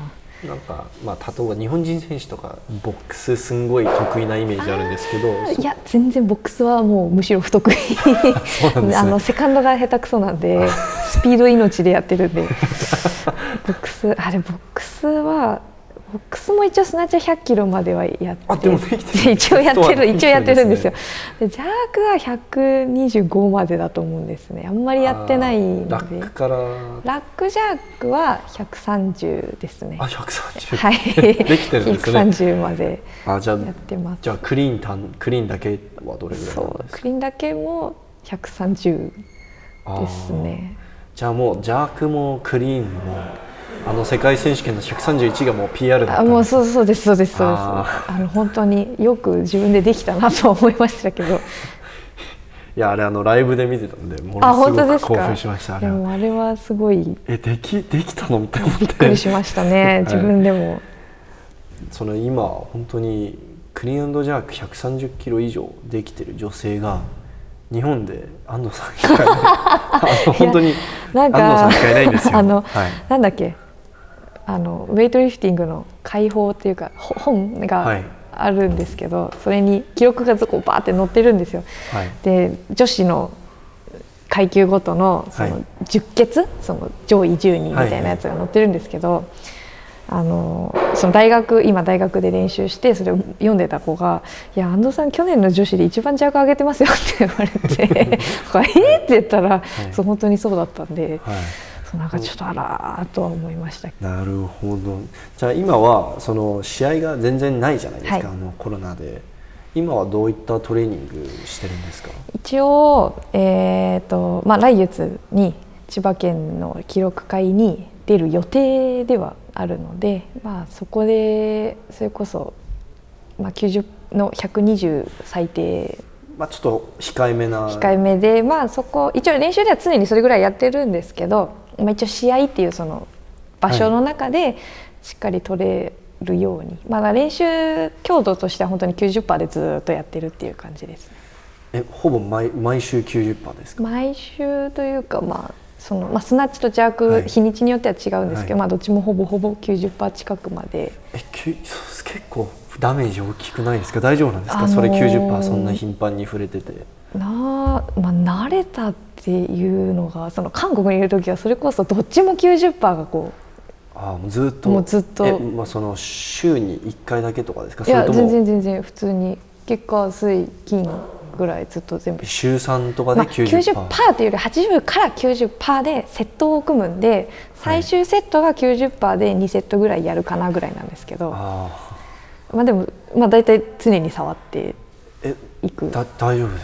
なんか、まあ、例えば日本人選手とかボックスすんごい得意なイメージあるんですけど、 いや全然ボックスはもうむしろ不得意そうなんです、ね、あのセカンドが下手くそなんでスピード命でやってるんでボックスあれボックスはボックスも一応スナッチはひゃっキロまではやってあでもできてる一応やってる一応やってるんですよ。でジャークはひゃくにじゅうごまでだと思うんですね。あんまりやってないので。 ラックからラックジャークはひゃくさんじゅうですね。 あひゃくさんじゅうはいできてるんですね。 ひゃくさんじゅうまであじゃあやってます。 じゃあクリーンタンクリーンだけはどれぐらいなんですか。 そうクリーンだけもひゃくさんじゅうですね。 じゃあもうジャークもクリーンもあの世界選手権のひゃくさんじゅういちがもう ピーアール だったんです。 あもうそうそうですそうですそうです。ああの本当によく自分でできたなと思いましたけど。 いやあれあのライブで見てたんでものすごく興奮しました。 あでもあれはすごいえできできたのって思ってびっくりしましたね自分でも。 その今本当にクリーン&ジャークひゃくさんじゅっキロ以上できてる女性が日本で安藤さんしかいないあの本当に安藤さんしかいないんですよ。 あの、 はい、 なんだっけあのウェイトリフティングの解放っていうか本があるんですけど、はい、それに記録がこうバーって載ってるんですよ。はい、で女子の階級ごとのそのじゅっ決、その上位じゅうにんみたいなやつが載ってるんですけど、はいはい、あのその大学今大学で練習してそれを読んでた子が「いや安藤さん去年の女子で一番ジャーク上げてますよ」って言われて「はい、えっ?」って言ったら、はい、そう本当にそうだったんで。はいなんかちょっとあらーとは思いました。 なるほど。じゃあ今はその試合が全然ないじゃないですか、はい、あのコロナで。今はどういったトレーニングしてるんですか。 一応、えーとまあ、来月に千葉県の記録会に出る予定ではあるので、まあ、そこでそれこそ、まあ、きゅうじゅうのひゃくにじゅう最低。 まあ、ちょっと控えめな控えめで、まあ、そこ一応練習では常にそれぐらいやってるんですけど、まあ、一応試合っていうその場所の中でしっかり取れるように、はい、まあ、練習強度としては本当に きゅうじゅっパーセント でずっとやってるっていう感じです。 えほぼ 毎, 毎週 きゅうじゅっパーセント ですか。 毎週というか、まあそのまあ、スナッチとジャーク、はい、日にちによっては違うんですけど、はい、まあ、どっちもほぼほぼ きゅうじゅっパーセント 近くまで。え結構ダメージ大きくないですか。大丈夫なんですか、あのー、それ きゅうじゅっパーセント そんな頻繁に触れてて。 な、まあ、慣れたっていうのがその韓国にいる時はそれこそどっちも きゅうじゅっパーセント がこうあもうずっともうずっとえ、まあ、その週にいっかいだけとかですか。 いや全然全然普通に月火水金ぐらいずっと全部週さんとかで きゅうじゅっパーセント、 まあ、きゅうじゅっパーセント というよりはちじゅうからきゅうじゅっパーセントでセットを組むんで最終セットが きゅうじゅっパーセント でにセットぐらいやるかなぐらいなんですけど、あまあでもまあ大体常に触っていく。 だ大丈夫です。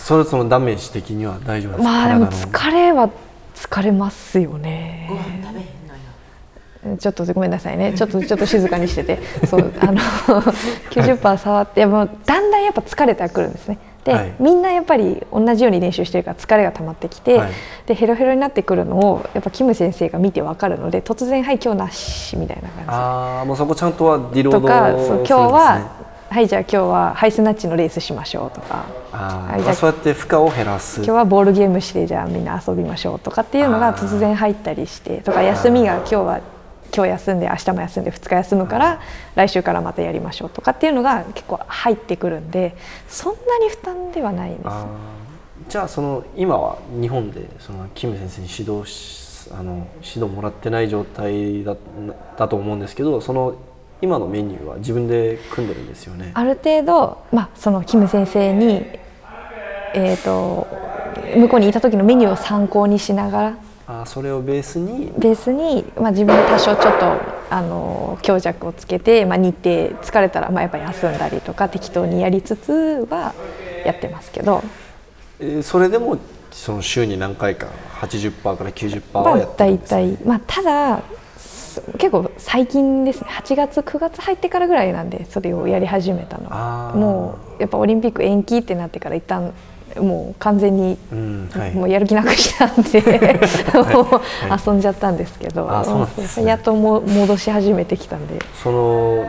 それそのダメージ的には大丈夫ですか。 まあでも疲れは疲れますよね。 ご飯食べへんのよ。 ちょっとごめんなさいね。ちょっとちょっと静かにしてて、そうあの きゅうじゅっパーセント 触って、いやもうだんだんやっぱ疲れてくるんですね。で、はい、みんなやっぱり同じように練習してるから疲れが溜まってきて、はい、でヘロヘロになってくるのをやっぱキム先生が見てわかるので、突然はい今日なしみたいな感じで。 ああもうそこちゃんとはディロードとか、そう今日ははいじゃあ今日はハイスナッチのレースしましょうとか、 あ、はい、じゃあそうやって負荷を減らす。 今日はボールゲームしてじゃあみんな遊びましょうとかっていうのが突然入ったりして、とか休みが今日は今日休んで明日も休んでふつか休むから来週からまたやりましょうとかっていうのが結構入ってくるんで、そんなに負担ではないです。 あじゃあその今は日本でそのキム先生に指導しあの指導もらってない状態 だ, だと思うんですけど、その今のメニューは自分で組んでるんですよね。 ある程度、まあ、そのキム先生に、えー、と向こうにいた時のメニューを参考にしながら、 あそれをベースにベースに、まあ、自分で多少ちょっとあの強弱をつけて、まあ、日程疲れたらまあやっぱ休んだりとか適当にやりつつはやってますけど、 えー、それでもその週に何回か はちじゅっパーセント から きゅうじゅっパーセント はやってるんですね。 大体、まあ、ただ結構最近ですね、はちがつくがつ入ってからぐらいなんでそれをやり始めたのは。もうやっぱオリンピック延期ってなってから一旦もう完全に、うんはい、もうやる気なくしたんではい、遊んじゃったんですけど、 あそうなんですね、 やっとも戻し始めてきたんで。 その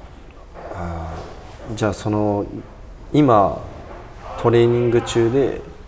あじゃあその今トレーニング中で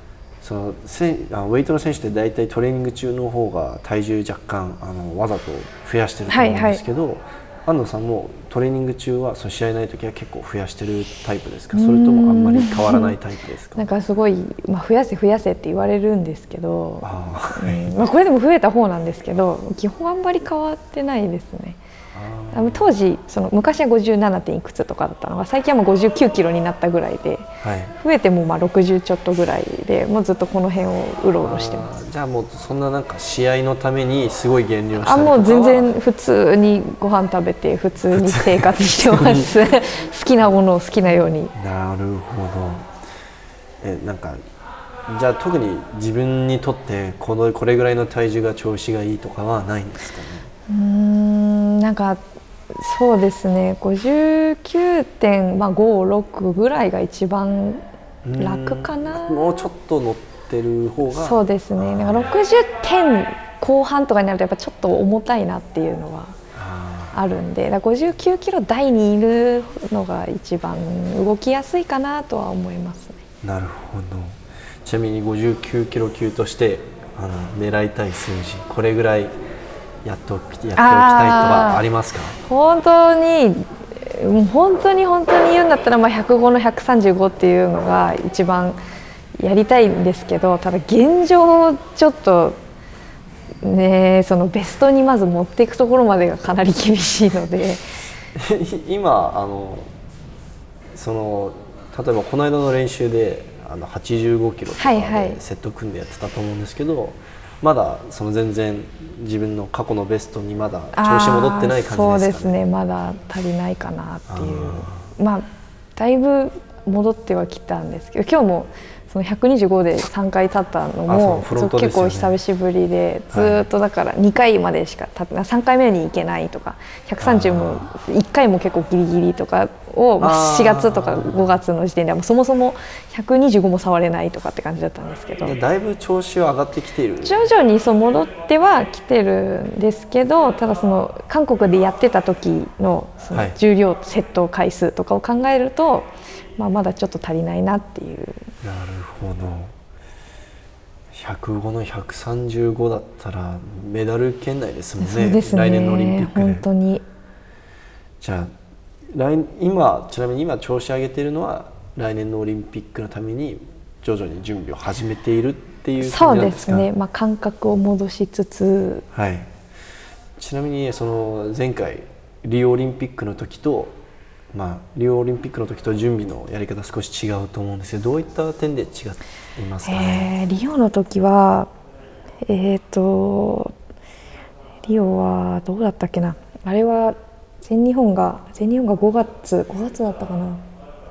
そのせあのウェイトの選手って大体トレーニング中の方が体重若干あのわざと増やしてると思うんですけど、はいはい、安藤さんもトレーニング中はそう試合ない時は結構増やしてるタイプですか、それともあんまり変わらないタイプですか？ なんかすごい、まあ、増やせ増やせって言われるんですけど、 あ、 うんまあ、これでも増えた方なんですけど基本あんまり変わってないですね。あの当時その昔はごじゅうななてんいくつとかだったのが最近はもうごじゅうきゅうキロになったぐらいで、はい、増えてもまあろくじゅうちょっとぐらいでもうずっとこの辺をうろうろしてます。 じゃあもうそんななんか試合のためにすごい減量したりとかは？ あもう全然普通にご飯食べて普通に生活してます好きなものを好きなように。 なるほど。えなんかじゃあ特に自分にとってこのこれぐらいの体重が調子がいいとかはないんですかね？ うーんなんかそうですね ごじゅうきゅうてんごろく ぐらいが一番楽かな。 もうちょっと乗ってる方が。 そうですね。なんかろくじゅってんこう半とかになるとやっぱちょっと重たいなっていうのはあるんで、だからごじゅうきゅうキロ台にいるのが一番動きやすいかなとは思いますね。 なるほど。ちなみにごじゅうきゅうキロ級としてあの狙いたい数字これぐらいやっておき、やっておきたいとかありますか？ 本当に本当に本当に言うんだったら、まあ、ひゃくごのひゃくさんじゅうごっていうのが一番やりたいんですけど、ただ現状ちょっとねそのベストにまず持っていくところまでがかなり厳しいので今あのその例えばこの間の練習であのはちじゅうごキロとかでセット組んでやってたと思うんですけど、はいはい、まだその全然自分の過去のベストにまだ調子戻ってない感じですかね？ そうですね、まだ足りないかなっていう、あまあだいぶ戻ってはきたんですけど、今日もそのひゃくにじゅうごでさんかい立ったのも、ね、結構久しぶりでずっとだからにかいまでしか立ってない、さんかいめに行けないとかひゃくさんじゅうもいっかいも結構ギリギリとかをしがつとかごがつの時点ではもうそもそもひゃくにじゅうごも触れないとかって感じだったんですけど、 だいぶ調子は上がってきている。 徐々にそう戻ってはきてるんですけど、ただその韓国でやってた時のその重量セット回数とかを考えると、まあ、まだちょっと足りないなっていう。 なるほど。ひゃくごのひゃくさんじゅうごだったらメダル圏内ですもんね。 そうですね、 来年のオリンピックで。 本当に。 じゃあ来今ちなみに今調子上げているのは来年のオリンピックのために徐々に準備を始めているっていう感じなんですか？ そうですね、まあ、感覚を戻しつつ、 はい、ちなみにその前回リオオリンピックの時と、まあ、リオオリンピックの時と準備のやり方少し違うと思うんですけど、どういった点で違いますかね？ えー、リオの時はえっとリオはどうだったっけな、あれは全日本が全日本がごがつごがつだったかな、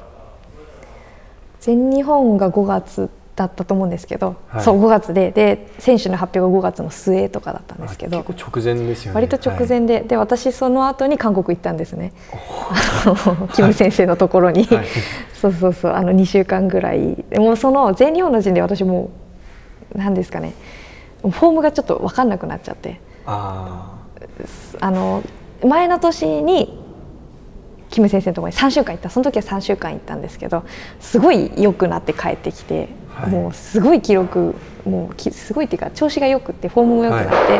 全日本がごがつだったと思うんですけど、はい、そうごがつでで選手の発表がごがつの末とかだったんですけど、 結構直前ですよね。 割と直前で、はい、で私その後に韓国行ったんですねキム先生のところに、はい、そうそうそう、あのにしゅうかんぐらいでもうその全日本の時点で私もう何ですかね、フォームがちょっと分かんなくなっちゃって、ああの前の年にキム先生のところにさんしゅうかん行った、その時はさんしゅうかん行ったんですけど、すごい良くなって帰ってきて、はい、もうすごい記録もうすごいっていうか調子が良くてフォームも良くなって、はい、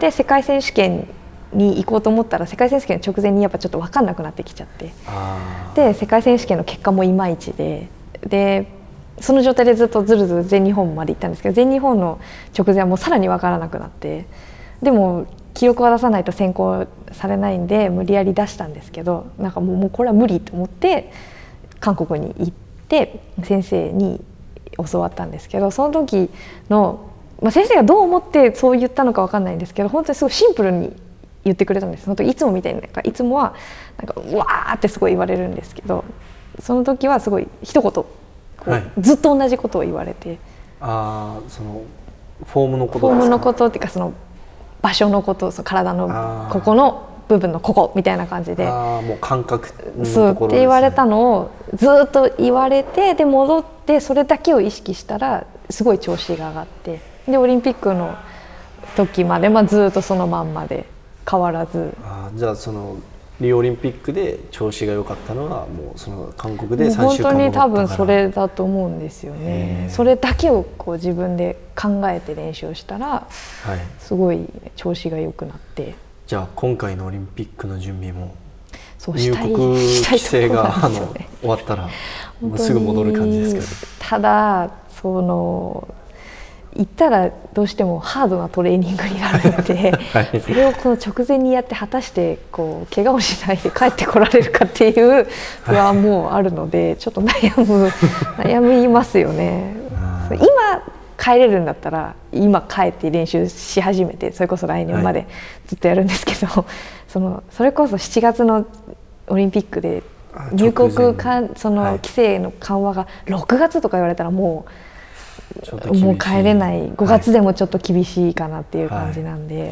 で世界選手権に行こうと思ったら世界選手権の直前にやっぱちょっと分かんなくなってきちゃって、で世界選手権の結果もいまいちで、でその状態でずっとずるずる全日本まで行ったんですけど、全日本の直前はもうさらに分からなくなって、でも記録を出さないと選考されないんで無理やり出したんですけど、なんかもう、もうこれは無理と思って韓国に行って先生に教わったんですけど、その時の、まあ、先生がどう思ってそう言ったのか分かんないんですけど、本当にすごいシンプルに言ってくれたんです。本当いつもみたいになんかいつもはなんかうわーってすごい言われるんですけど、その時はすごい一言こう、はい、ずっと同じことを言われて、 あそのフォームのことですか？ フォームのことっていうかその場所のこと、その体のここの部分のここみたいな感じで、 あもう感覚のところですね。 そうって言われたのをずっと言われて、で戻ってそれだけを意識したらすごい調子が上がって、でオリンピックの時まで、まあ、ずっとそのまんまで変わらず。 あじゃあそのリオオリンピックで調子が良かったのはもうその韓国でさんしゅうかん本当に戻ったから。 多分それだと思うんですよね。それだけをこう自分で考えて練習をしたら、はい、すごい調子が良くなって。じゃあ今回のオリンピックの準備もそう入国規制が、ね、あの終わったらもうすぐ戻る感じですけど。 ただその行ったらどうしてもハードなトレーニングになるので、はい、それをこの直前にやって果たしてこう怪我をしないで帰ってこられるかっていう不安もあるので、はい、ちょっと悩む悩みますよね。今帰れるんだったら今帰って練習し始めて、それこそ来年までずっとやるんですけど、はい、そのそれこそしちがつのオリンピックで入国かその規制の緩和がろくがつとか言われたらもう。もう帰れない、ごがつでもちょっと厳しいかなっていう感じなんで、はいはい、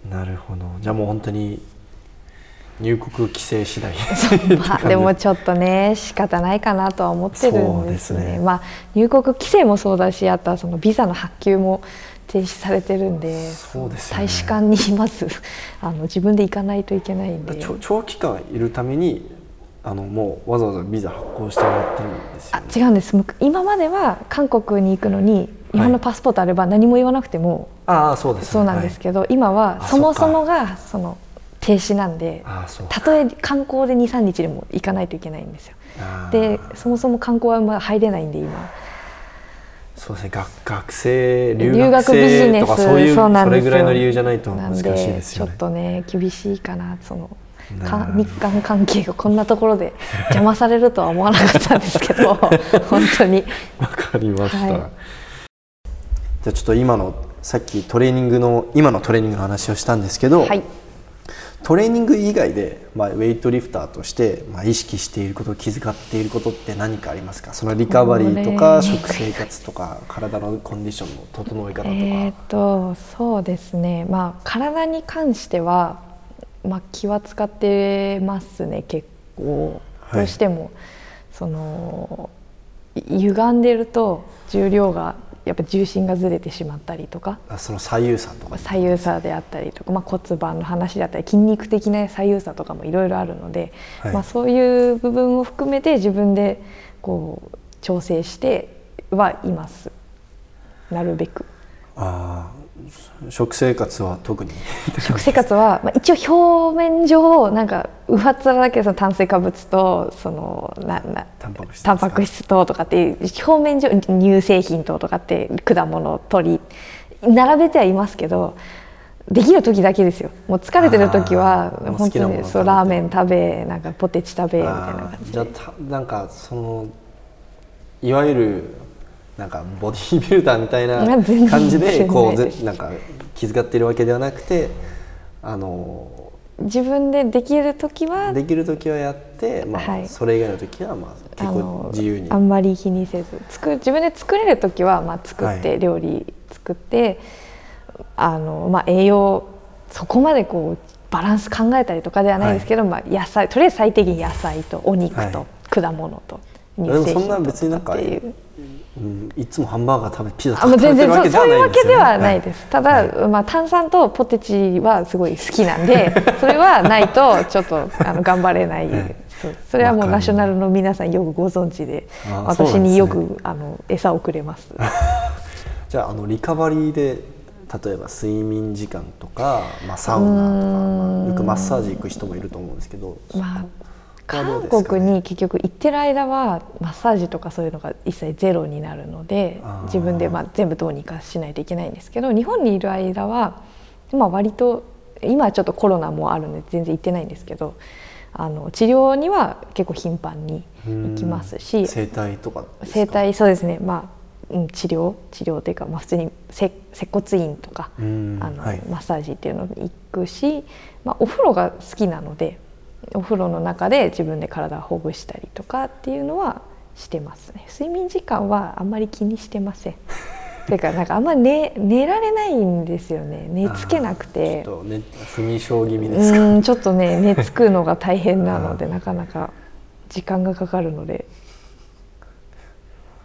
なるほど。じゃあもう本当に入国規制次第まあでもちょっとね仕方ないかなとは思ってるんですね。ですね、まあ、入国規制もそうだし、あとはそのビザの発給も停止されてるんで、そうですよね、大使館にまずあの自分で行かないといけないんで、 長期間いるためにあのもうわざわざビザ発行してもらってるんですよね。 あ、違うんです。今までは韓国に行くのに日本のパスポートあれば何も言わなくても、 はい、あ、そうですね、 そうなんですけど、はい、今はそもそもがその停止なんで、たとえ観光で にさんにちでも行かないといけないんですよ。でそもそも観光はまあ入れないんで今。 そうですね、学, 学生留学生とかそういうそれぐらいの理由じゃないと難しいですよね。 ちょっとね厳しいかな。その日韓関係がこんなところで邪魔されるとは思わなかったんですけど本当にわかりました、はい、じゃあちょっと今のさっきトレーニングの今のトレーニングの話をしたんですけど、はい、トレーニング以外で、まあ、ウェイトリフターとして、まあ、意識していること気遣っていることって何かありますか？そのリカバリーとか食生活とか体のコンディションの整え方とか。 えーとそうですね、まあ、体に関してはまあ、気は使ってますね結構。どうしても、はい、その歪んでると重量がやっぱ重心がずれてしまったりとか、 あ、その左右差とか左右差であったりとか、まあ、骨盤の話だったり筋肉的な左右差とかもいろいろあるので、はい、まあ、そういう部分を含めて自分でこう調整してはいます、なるべく。 あ、食生活は特に食生活は、まあ、一応表面上なんか上っ面だけその炭水化物とそのななタンパク質タンパク質ととかっていう表面上乳製品ととかって果物鶏並べてはいますけど、できる時だけですよ。もう疲れてる時は本当にそうラーメン食べ、なんかポテチ食べみたいな感じで。 じゃあなんかそのいわゆるなんかボディービルダーみたいな感じでこうぜなんか気遣っているわけではなくて、あの自分でできる時はできる時はやって、まあはい、それ以外の時はまあ結構自由にあ, あんまり気にせず作自分で作れる時はまあ作って、はい、料理作ってあの、まあ、栄養そこまでこうバランス考えたりとかではないですけど、はい、まあ、野菜とりあえず最低限野菜とお肉と、はい、果物と乳製品とっていう。 うん、いつもハンバーガー食べピザ食べてるわけではないですよね。そういうわけではないです。 ただ、はい、まあ、炭酸とポテチはすごい好きなんでそれはないとちょっとあの頑張れない、はい、そう、それはもうナショナルの皆さんよくご存知で、私によく、ね、あの餌をくれますじゃあ、あのリカバリーで例えば睡眠時間とか、まあ、サウナとか、まあ、よくマッサージ行く人もいると思うんですけど、まあ韓国に結局行ってる間はマッサージとかそういうのが一切ゼロになるので、自分でまあ全部どうにかしないといけないんですけど、日本にいる間は、まあ、割と今はちょっとコロナもあるので全然行ってないんですけど、あの治療には結構頻繁に行きますし、 整体とかですか？ 整体、そうですね、まあ、うん、治療治療というか、まあ、普通に接骨院とかあの、はい、マッサージっていうのに行くし、まあ、お風呂が好きなのでお風呂の中で自分で体をほぐしたりとかっていうのはしてますね。睡眠時間はあんまり気にしてませんていうか、なんかあんまり 寝, 寝られないんですよね。寝つけなくて、 ちょっと、ね、不眠症気味ですか？ うん、ちょっとね寝つくのが大変なのでなかなか時間がかかるので。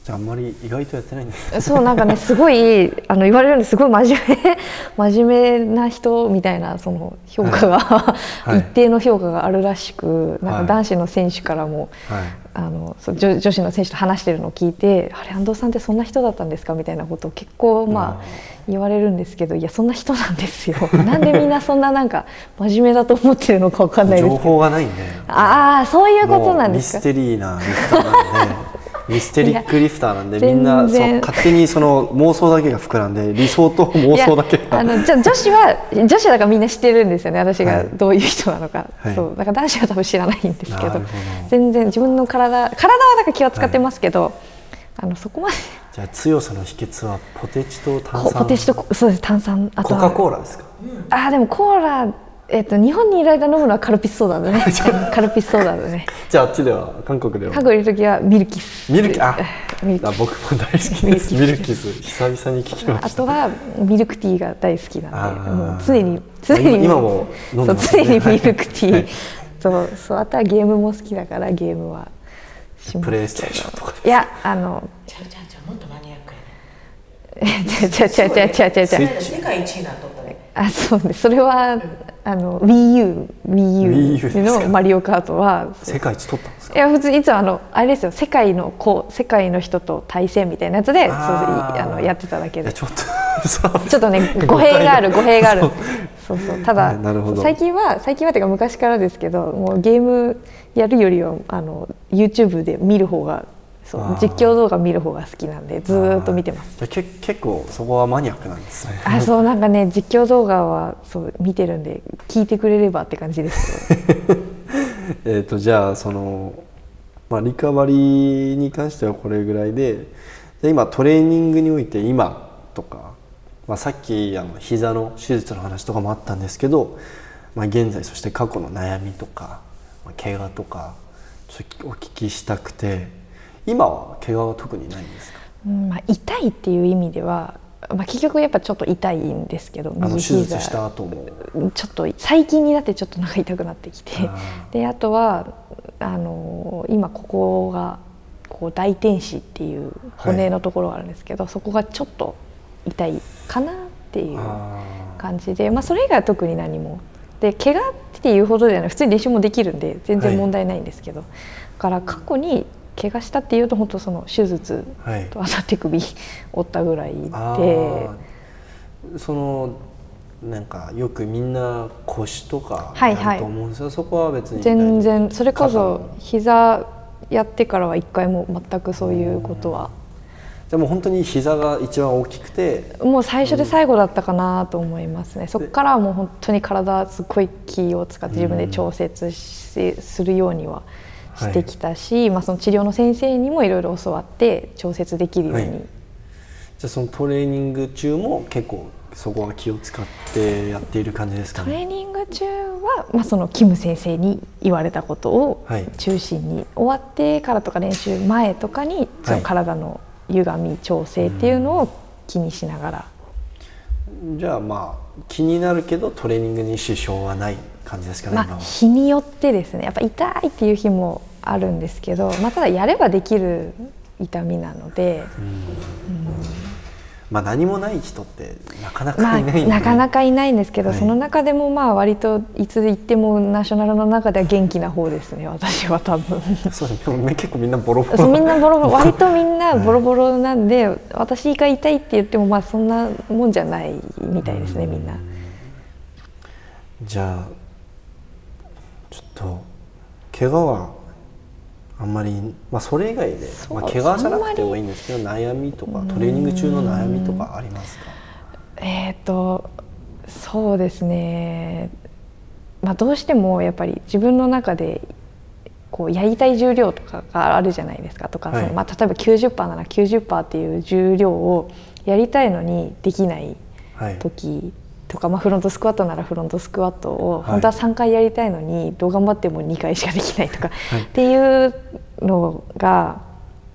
じゃああんまり意外とやってないんですそうなんかねすごいあの言われるんですごい真面目真面目な人みたいなその評価が、はい、一定の評価があるらしく、なんか男子の選手からも、はい、あのそう 女, 女子の選手と話してるのを聞いてあれ安藤さんってそんな人だったんですかみたいなことを結構まあ言われるんですけど、いやそんな人なんですよなんでみんなそんななんか真面目だと思ってるのか分かんないですけど情報がないんで、 ああそういうことなんですか。 ミステリーなリフターなんでミステリックリフターなんでみんなそう勝手にその妄想だけが膨らんで理想と妄想だけがあのじゃ女子は女子だからみんな知ってるんですよね、私がどういう人なのか、はい、そうだから男子は多分知らないんですけ ど, ど全然自分の体体はだから気は使ってますけど、はい、あのそこまでじゃあ強さの秘訣はポテチと炭酸、 ポテチとそうです炭酸、あとコカ・コーラですか。 あでもコーラえっと、日本にいる間飲むのはカルピスソーダだねカルピスソーダだね。 じゃああっちでは韓国では韓国にいる時はミルキスミルキあミルキあ僕も大好きですミルキス久々に聞きました。 あとはミルクティーが大好きなんでもう常に常に今も飲んでますね。 常にミルクティー、はい、そうそうあとはゲームも好きだからゲームはします。プレイステーションとかいやあのちゃうちゃうちゃうもっとマニアックやねちゃうちゃうちゃうちゃうちゃうちゃうちゃう世界一になっとったね。 あそうねそれはあの WiiU WiiU のマリオカートは世界一取ったんですか。 いや普通いつもあのあれですよ世界のこう世界の人と対戦みたいなやつでそうあのやってただけでちょっとちょっとね語弊がある語弊があるそうそうただ最近は最近はっていうか昔からですけどもうゲームやるよりはあの YouTube で見る方がそう実況動画見る方が好きなんでずーっと見てます。 じゃけ結構そこはマニアックなんですね。 あそうなんかね実況動画はそう見てるんで聞いてくれればって感じですけどえっとじゃあその、まあ、リカバリーに関してはこれぐらいで、で今トレーニングにおいて今とか、まあ、さっきあの膝の手術の話とかもあったんですけど、まあ、現在そして過去の悩みとか、まあ、怪我とかちょっとお聞きしたくて。今は怪我は特にないんですか。 うんまあ、痛いっていう意味では、まあ、結局やっぱちょっと痛いんですけど、 あの手術した後もちょっと最近になってちょっとなんか痛くなってきて、あであとはあの今ここがこう大天使っていう骨のところがあるんですけど、はい、そこがちょっと痛いかなっていう感じで、まあ、それ以外は特に何もで怪我っていうほどではない、普通に練習もできるんで全然問題ないんですけど、はい、だから過去に怪我したっていうと本当その手術とあさって首折ったぐらいで、はい、 そのなんかよくみんな腰とかやると思うんですよ、はいはい、そこは別に全然それこそ膝やってからは一回も全くそういうことは。 でも本当に膝が一番大きくてもう最初で最後だったかなと思いますね、うん、そこからはもう本当に体すごい気を使って自分で調節し、うん、するようにはしてきたし、はいまあ、その治療の先生にもいろいろ教わって調節できるように、はい、じゃあそのトレーニング中も結構そこは気を使ってやっている感じですかね。 トレーニング中は、まあ、そのキム先生に言われたことを中心に、はい、終わってからとか練習前とかにその体の歪み調整っていうのを気にしながら、はい、じゃあまあ気になるけどトレーニングに支障はない感じですかね。 まあ、日によってですねやっぱ痛いっていう日もあるんですけど、まあ、ただやればできる痛みなので、うんうんまあ、何もない人ってなかなかいないんで、 まあ、なかなかいないんですけど、 はい、 その中でもまあ割といつ行ってもナショナルの中では元気な方ですね私は多分そうでも結構みんなボロボロみんなボロボロ割とみんなボロボロなんで、はい、私が痛いって言ってもまあそんなもんじゃないみたいですねみんな。 じゃあちょっと怪我はあんまり、まあ、それ以外で、まあ、怪我じゃなくてもいいんですけど悩みとかトレーニング中の悩みとかありますか。 えーとそうですね、まあ、どうしてもやっぱり自分の中でこうやりたい重量とかがあるじゃないですかとか、はいそのまあ、例えば きゅうじゅっパーセント なら きゅうじゅっパーセント っていう重量をやりたいのにできない時とか、はいまあ、フロントスクワットならフロントスクワットを本当はさんかいやりたいのにどう頑張ってもにかいしかできないとか、はい、っていうのが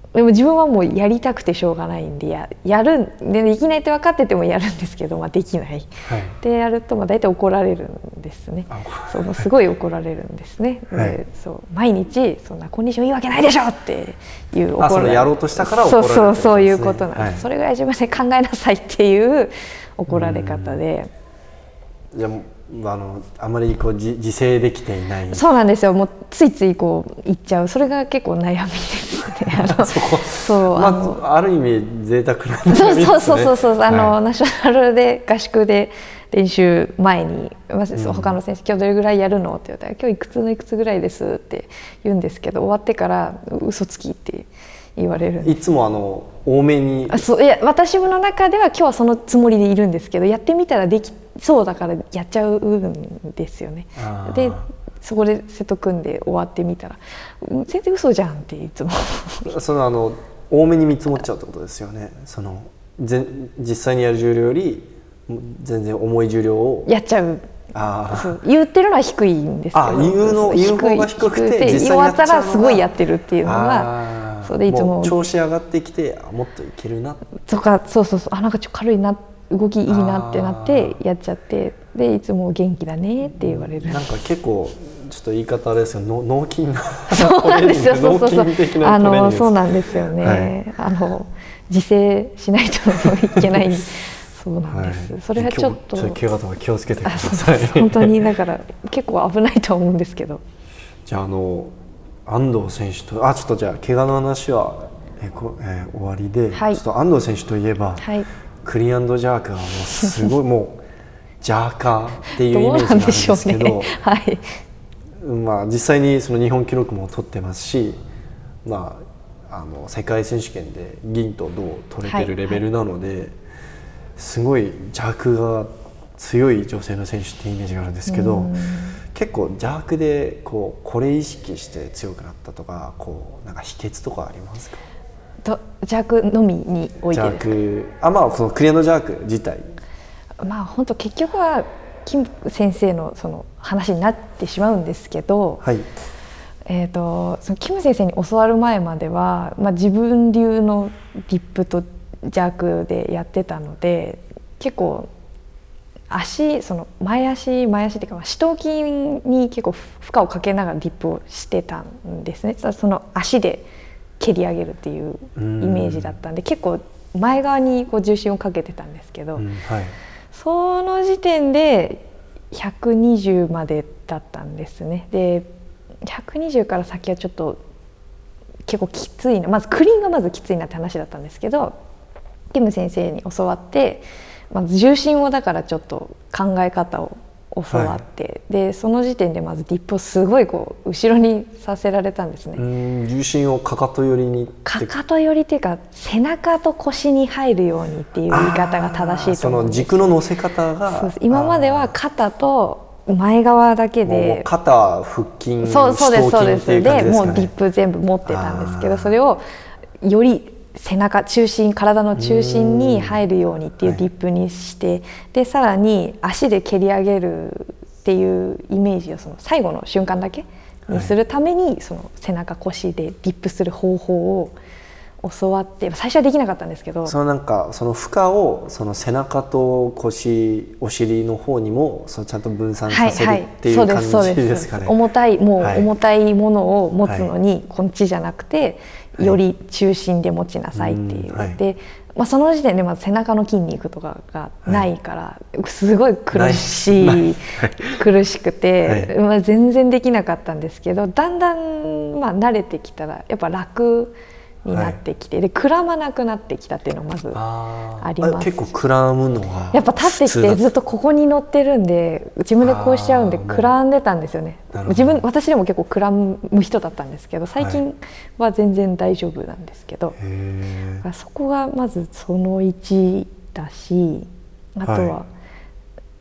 でも自分はもうやりたくてしょうがないんで や, やるでできないって分かっててもやるんですけど、まあ、できない、はい、でやるとまあ大体怒られるんですね。そのすごい怒られるんですね、はい、でそう毎日そんなコンディションいいわけないでしょっていう怒られる。あ、そのやろうとしたから怒られる、ね、 そうそうそういうことなんです、はい、それぐらい自分で考えなさいっていう怒られ方で。 じゃああのあまりこう自自制できていない。 そうなんですよ。もうついついこう言っちゃう。それが結構悩みですね。あのそこそう、まあ、あのある意味贅沢な悩みですね。 そうそうそうそう、あの、はい、ナショナルで合宿で練習前に、まあ、他の選手、うん、今日どれぐらいやるのって言ったら今日いくつのいくつぐらいですって言うんですけど、終わってから嘘つきって言われるんです。 いつもあの多めに。 あ、そう、いや私の中では今日はそのつもりでいるんですけど、やってみたらできそうだからやっちゃうんですよね。でそこで瀬戸組んで終わってみたら全然嘘じゃんっていつもそのあの多めに見積もっちゃうってことですよね。そのぜ実際にやる重量より全然重い重量をやっちゃう。あそう言ってるのは低いんですけど、 あ言うの言う方が低くて実際にやっちゃうのが、 終わったらすごいやってるっていうのが、そうでいつも調子上がってきて、あもっといけるなとか、そうそうそう、あなんかちょっと軽いな、動きいいなってなってやっちゃって、でいつも元気だねって言われる。 なんか結構ちょっと言い方あれですけど、脳筋がそうなんですよ。そうそうそう、あのそうなんですよね、はい、あの自制しないといけないそうなんです、はい、それはちょっと怪我とか気をつけてください。 本当にだから結構危ないと思うんですけど。 じゃあ、あの安藤選手とあちょっとじゃあ怪我の話はえこ、えー、終わりで、はい、ちょっと安藤選手といえば、はい、クリーン&ジャークはもうすごいもうジャーカーっていうイメージなんですけど、ね、はい、まあ実際にその日本記録も取ってますし、まああの世界選手権で銀と銅を取れてるレベルなので。はいはい、すごい邪悪が強い女性の選手ってイメージがあるんですけど、結構邪悪でこうこれ意識して強くなったとか、こうなんか秘訣とかありますか？ と邪悪のみにおいてですか？ 邪悪、あまあそのクリアの邪悪自体、 まあ本当結局はキム先生のその話になってしまうんですけど、はい、えーとそのキム先生に教わる前までは、まあ、自分流のディップと弱でやってたので、結構足その前足前足っていうか、まあ、四頭筋に結構負荷をかけながらディップをしてたんですね。その足で蹴り上げるっていうイメージだったんで、結構前側にこう重心をかけてたんですけど、うん、はい、その時点でひゃくにじゅうまでだったんですね。でひゃくにじゅうから先はちょっと結構きついな、まずクリーンがまずきついなって話だったんですけど、キム先生に教わって、まず重心をだからちょっと考え方を教わって、はい、でその時点でまずディップをすごいこう後ろにさせられたんですね。 うん、重心をかかと寄りに、 かかと寄りっていうか背中と腰に入るようにっていう言い方が正しいと思うんです。 その軸の乗せ方が、 そうです。今までは肩と前側だけで、 もう肩腹筋そうそうですそうです、でもうディップ全部持ってたんですけど、それをより背中中心、体の中心に入るようにっていうディップにして、はい、でさらに足で蹴り上げるっていうイメージをその最後の瞬間だけにするために、はい、その背中腰でディップする方法を教わって、最初はできなかったんですけど、 そのなんかその負荷をその背中と腰、お尻の方にもそのちゃんと分散させるっていう感じですかね。 重たいもう重たいものを持つのに、はい、こっちじゃなくてより中心で持ちなさいっていう、はい、で、まあ、その時点でまず背中の筋肉とかがないから、はい、すごい苦しい苦しくて、はい、まあ、全然できなかったんですけど、だんだんまあ慣れてきたらやっぱ楽になってきて、はい、でくらまなくなってきたっていうのがまずあります。 結構くらむのがやっぱ立ってきてずっとここに乗ってるんで、自分でこうしちゃうんでくらんでたんですよね。自分私でも結構くらむ人だったんですけど、最近は全然大丈夫なんですけど、はい、そこがまずそのいちだし、あとは、はい、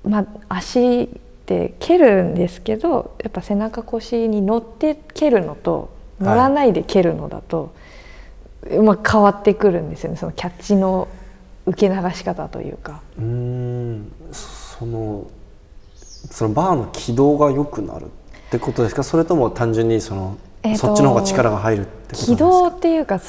まあ足で蹴るんですけど、やっぱ背中腰に乗って蹴るのと乗らないで蹴るのだと、はい、まあ、変わってくるんですよね。そのキャッチの受け流し方というか。 うーん、そのそのバーの軌道が良くなるってことですか？それとも単純にその、えー、そっちの方が力が入るってことですか？ 軌道っていうか、その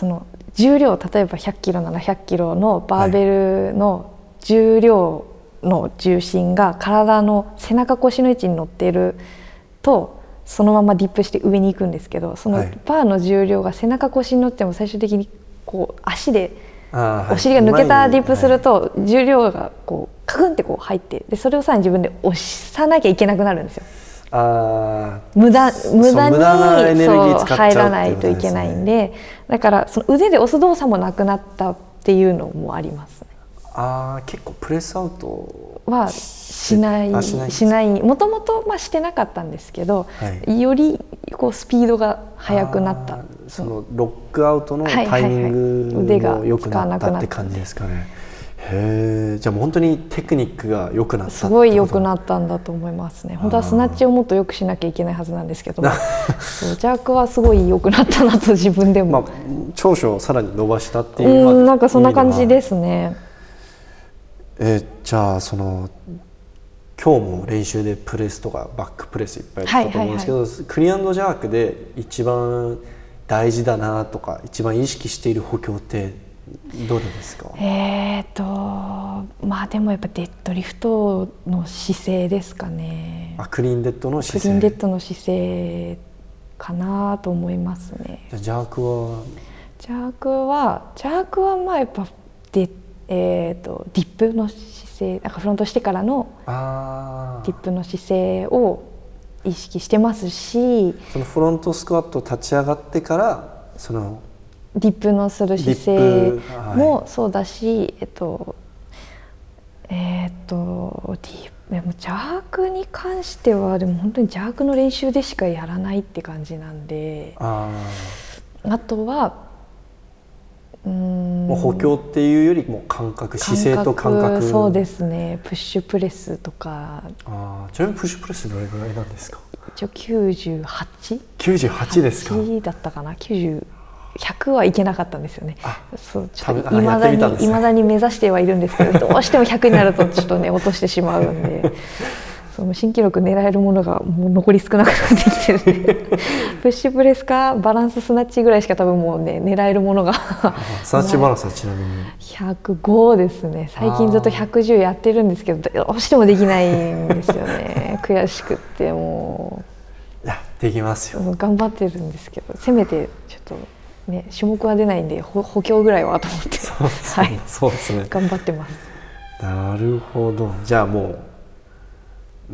重量例えばひゃっキロならひゃっキロのバーベルの重量の重心が体の背中腰の位置に乗っているとそのままディップして上に行くんですけど、そのバーの重量が背中腰に乗っても最終的にこう足でお尻が抜けたディップすると重量がこうカクンってこう入って、でそれをさらに自分で押さなきゃいけなくなるんですよ。あ無駄無駄にそう入らないといけないんで、だからその腕で押す動作もなくなったっていうのもありますね。 あ結構プレスアウトはしないしないもともとしてなかったんですけど、はい、よりこうスピードが速くなった。 そのロックアウトのタイミングも良くなったって感じですかね。へえ、じゃあもう本当にテクニックが良くなったってこと。 すごい良くなったんだと思いますね。本当はスナッチをもっと良くしなきゃいけないはずなんですけどもそうジャークはすごい良くなったなと自分でも、まあ、 長所をさらに伸ばしたっていう、 うん、なんかそんな感じですね。 えじゃあその今日も練習でプレスとかバックプレスいっぱいやったと思うんですけど、はいはいはい、クリアンドジャークで一番大事だなとか一番意識している補強ってどれですか？ えーとまあでもやっぱデッドリフトの姿勢ですかね。 あクリーンデッドの姿勢。 クリーンデッドの姿勢かなと思いますね。 じゃあジャークはジャークはジャークはまあやっぱデえーとディップの姿勢、なんかフロントしてからのディップの姿勢を意識してますし、 そのフロントスクワット立ち上がってからそのディップのする姿勢もそうだし、はい、えっとえー、っとディップでもジャークに関してはでも本当にジャークの練習でしかやらないって感じなんで、あ, あとはうーんもう補強っていうよりも感覚姿勢と感覚。 そうですね。プッシュプレスとか。 あちなみにプッシュプレスどれぐらいなんですか？ 一応きゅうじゅうはち？ きゅうじゅうはちですか？はちだったかな。きゅうじゅうひゃくはいけなかったんですよね。そうちょっと未だに未だに目指してはいるんですけど、どうしてもひゃくになるとちょっとね落としてしまうんで。その新記録狙えるものがもう残り少なくなってきてるんでプッシュプレスかバランススナッチぐらいしか多分もうね狙えるものがスナッチバランスはちなみにひゃくごですね。最近ずっとひゃくじゅうやってるんですけどどうしてもできないんですよね悔しくってもういやできますよ。 頑張ってるんですけどせめてちょっとね種目は出ないんで補強ぐらいはと思ってそうそう、はい、そうですね頑張ってます。 なるほど。じゃあもううん、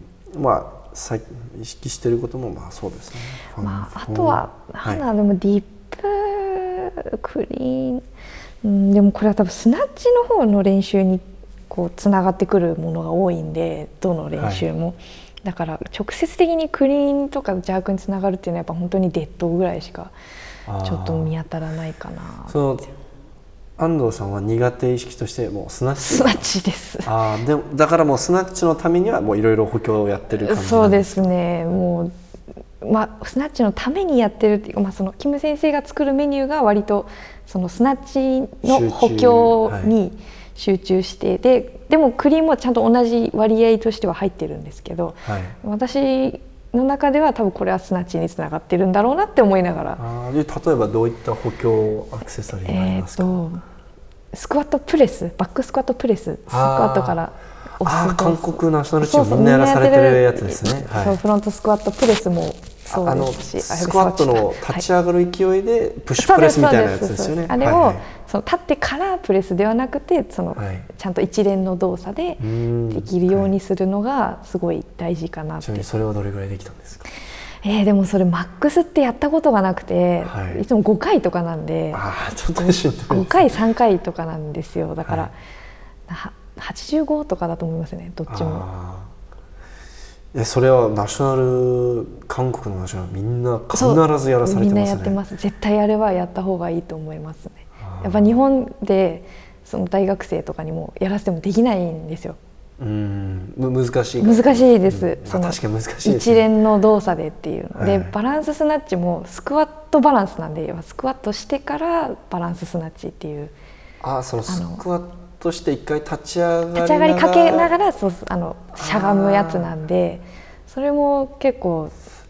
まあ意識してることもまあそうですね。 まあ、あとはなんだ、はい、でもディップクリーン、うん、でもこれは多分スナッチの方の練習にこうつながってくるものが多いんでどの練習も、はい、だから直接的にクリーンとかジャークにつながるっていうのはやっぱ本当にデッドぐらいしかちょっと見当たらないかな。 そう安藤さんは苦手意識としてもうスナッチスナッチです。 あでもだからもうスナッチのためにはもういろいろ補強をやってる感じなんですか？ そうですね。もう、まあ、スナッチのためにやってるっていうか、まあ、そのキム先生が作るメニューが割とそのスナッチの補強に集中して、はい、で, でもクリーンもちゃんと同じ割合としては入ってるんですけど、はい、私の中では多分これはスナッチにつながってるんだろうなって思いながら。 あで例えばどういった補強アクセサリーがありますか？えーとスクワットプレスバックスクワットプレススクワットから押す韓国ナショナルチームみんなやらされてるやつですね。 そう、はい、フロントスクワットプレスもそうですしスクワットの立ち上がる勢いでプッシュプレスみたいなやつですよね。 あれをその立ってからプレスではなくてその、はい、ちゃんと一連の動作でできるようにするのがすごい大事かなって。 ちなみにそれはどれぐらいできたんですか？ えー、でもそれマックスってやったことがなくて、はい、いつもごかいとかなんであちょっとしんどいですね。 ごかいさんかいとかなんですよ。だから、はい、はちじゅうごとかだと思いますねどっちも。 えそれはナショナル韓国のナショナルみんな必ずやらされてますね。みんなやってます。 絶対あれはやった方がいいと思いますね。やっぱ日本でその大学生とかにもやらせてもできないんですよ。 うん難しい難しいです、 うん、その確かに難しいです、ね、 一連の動作でっていうので、はい、バランススナッチもスクワットバランスなんでスクワットしてからバランススナッチっていうあそのスクワットして一回立ち上がり立ち上がりかけながらそうあのしゃがむやつなんでそれも結構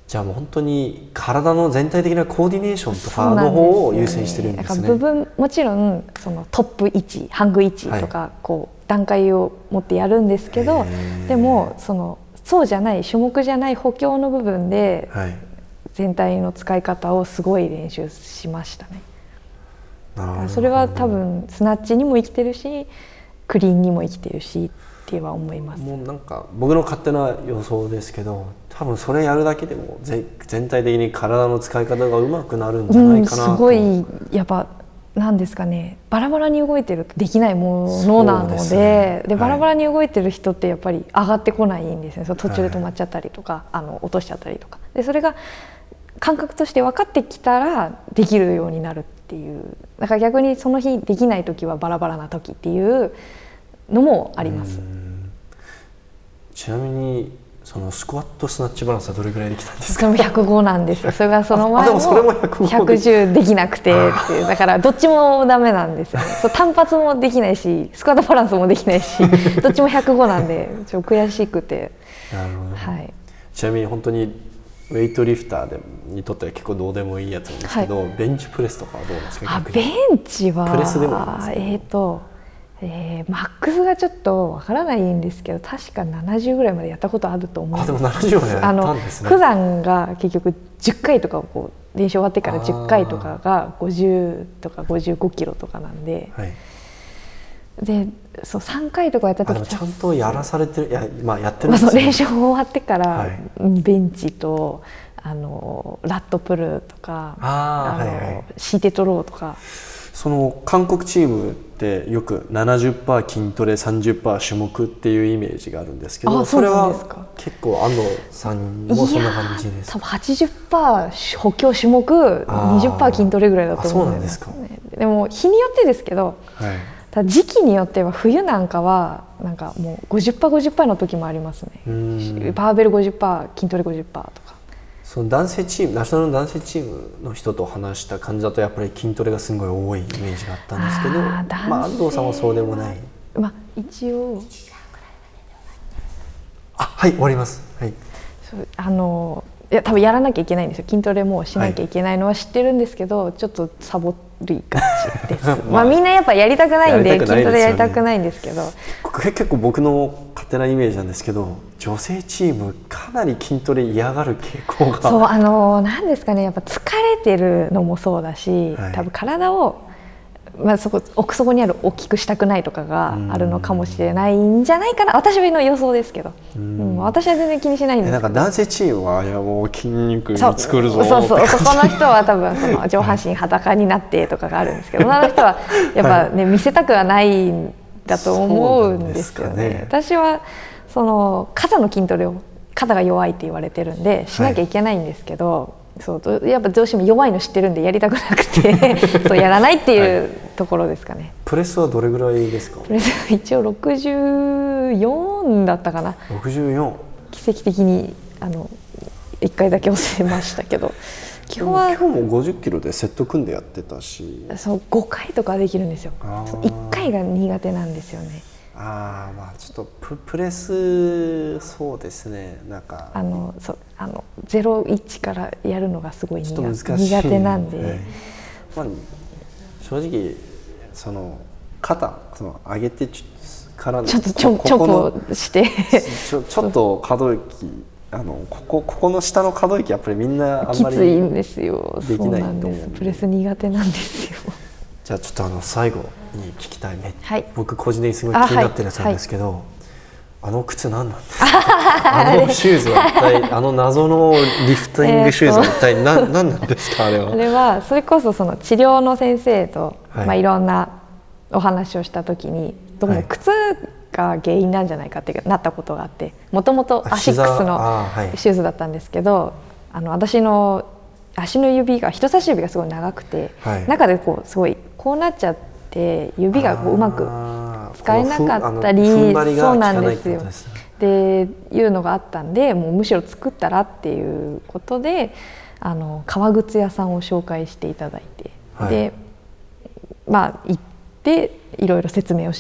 じゃあもう本当に体の全体的なコーディネーションとかの方を優先してるんですね。 だから部分もちろんそのトップ位置、ハング位置とかこう段階を持ってやるんですけど、でもそのそうじゃない種目じゃない補強の部分で全体の使い方をすごい練習しましたね。それは多分スナッチにも生きてるしクリーンにも生きてるしっては思います。 もうなんか僕の勝手な予想ですけど、多分それやるだけでも全体的に体の使い方が上手くなるんじゃないかなと、うん、 すごいやっぱなんですかね、バラバラに動いてるとできないものなの で, で、ね、でバラバラに動いてる人ってやっぱり上がってこないんですよ。その途中で止まっちゃったりとか、はい、あの落としちゃったりとかで、それが感覚として分かってきたらできるようになるっていう。だから逆にその日できない時はバラバラな時っていうのもあります。 ちなみにそのスクワットスナッチバランスはどれぐらいできたんですか？ それもひゃくごなんですよ。それがその前もひゃくじゅうできなくてっていう、だからどっちもダメなんですよね。そう単発もできないしスクワットバランスもできないしどっちもひゃくごなんでちょっと悔しくて。 なるほど、 はい、ちなみに本当にウェイトリフターでにとっては結構どうでもいいやつなんですけど、はい、ベンチプレスとかはどうなんですか？ あベンチはプレスでもいいんですか？ えーとえー、マックスがちょっとわからないんですけど確かななじゅうぐらいまでやったことあると思うんです。 あでもななじゅうまでやったんですね。 普段が結局じゅっかいとかをこう練習終わってからじゅっかいとかがごじゅうとかごじゅうごキロとかなんで、はい、でそうさんかいとかやった時ちゃんとやらされてる、いや、まあ、やってるんですよ、まあ、練習終わってから、はい、ベンチとあのラットプルとかあの、はいはい、シーテッドローとか。 その韓国チームってよく ななじゅっパーセント 筋トレ さんじゅっパーセント 種目っていうイメージがあるんですけど、それは結構安藤さんもそんな感じですか？ 多分 はちじゅっパーセント 補強種目 にじゅっパーセント 筋トレぐらいだと思うんですよね。でも日によってですけど、はい、ただ時期によっては冬なんかはなんかもう ごじゅっパーセントごじゅっパーセント の時もありますね。バーベル ごじゅっパーセント 筋トレ ごじゅっパーセント とか。 その男性チームナショナルの男性チームの人と話した感じだとやっぱり筋トレがすごい多いイメージがあったんですけど、あ、まあ、安藤さんはそうでもない。 まあ、一応あはい終わります、はい、 そうあのいや多分やらなきゃいけないんですよ。筋トレもしなきゃいけないのは知ってるんですけど、はい、ちょっとサボりがちですまあ、まあみんなやっぱやりたくないんで、筋トレやりたくないんですけど、 結構僕の勝手なイメージなんですけど、女性チームかなり筋トレ嫌がる傾向が。 そうあのなんですかね、やっぱ疲れてるのもそうだし、はい、多分体を、まあ、そこ奥底にある大きくしたくないとかがあるのかもしれないんじゃないかな。私の予想ですけど、うん、私は全然気にしないんですけど、 なんか男性チームはいやもう筋肉作るぞ、 そうそうそう男の人は多分その上半身裸になってとかがあるんですけど、女の人はやっぱね、はい、見せたくはないんだと思うんですよね。ね私はその肩の筋トレを肩が弱いって言われてるんでしなきゃいけないんですけど、はい、そうやっぱどうしても弱いの知ってるんでやりたくなくてそうやらないっていう、はい、ところですかね。 プレスはどれぐらいですか？ プレスは一応ろくじゅうよんだったかな。 ろくじゅうよん奇跡的にあのいっかいだけ忘れましたけど基本は今日もごじゅっキロでセット組んでやってたし、 そうごかいとかできるんですよ。いっかいが苦手なんですよね。 あまあちょっと プ, プレスそうですね、なんかあのそうあのゼロイチからやるのがすごい苦苦手なんで、はい、 まあ、正直その肩その上げてちからちょっとちょちょこしてちょちょっと可動域あのここここの下の可動域やっぱりみんなあんまりきついんですよ。 できないと思う。 そうなんです。プレス苦手なんですよ。 じゃあちょっとあの最後に聞きたいね、はい、僕個人的にすごい気になってるやつなんですけど、あ,、はいはい、あの靴何なんですか？あのシューズは一体あの謎のリフティングシューズは一体何なんですか？あれは。 あれはそれこそその治療の先生と、はい、まあいろんなお話をした時にどうも靴が原因なんじゃないかってなったことがあって、もともとアシックスのシューズだったんですけど、あの私の足の指が人差し指がすごい長くて、はい、中でこうすごいこうなっちゃって指がこううまく使えなかったり、そうなんですよっていうのがあったんで、もうむしろ作ったらっていうことであの革靴屋さんを紹介していただいて、はい、でまあ行っていろいろ説明をして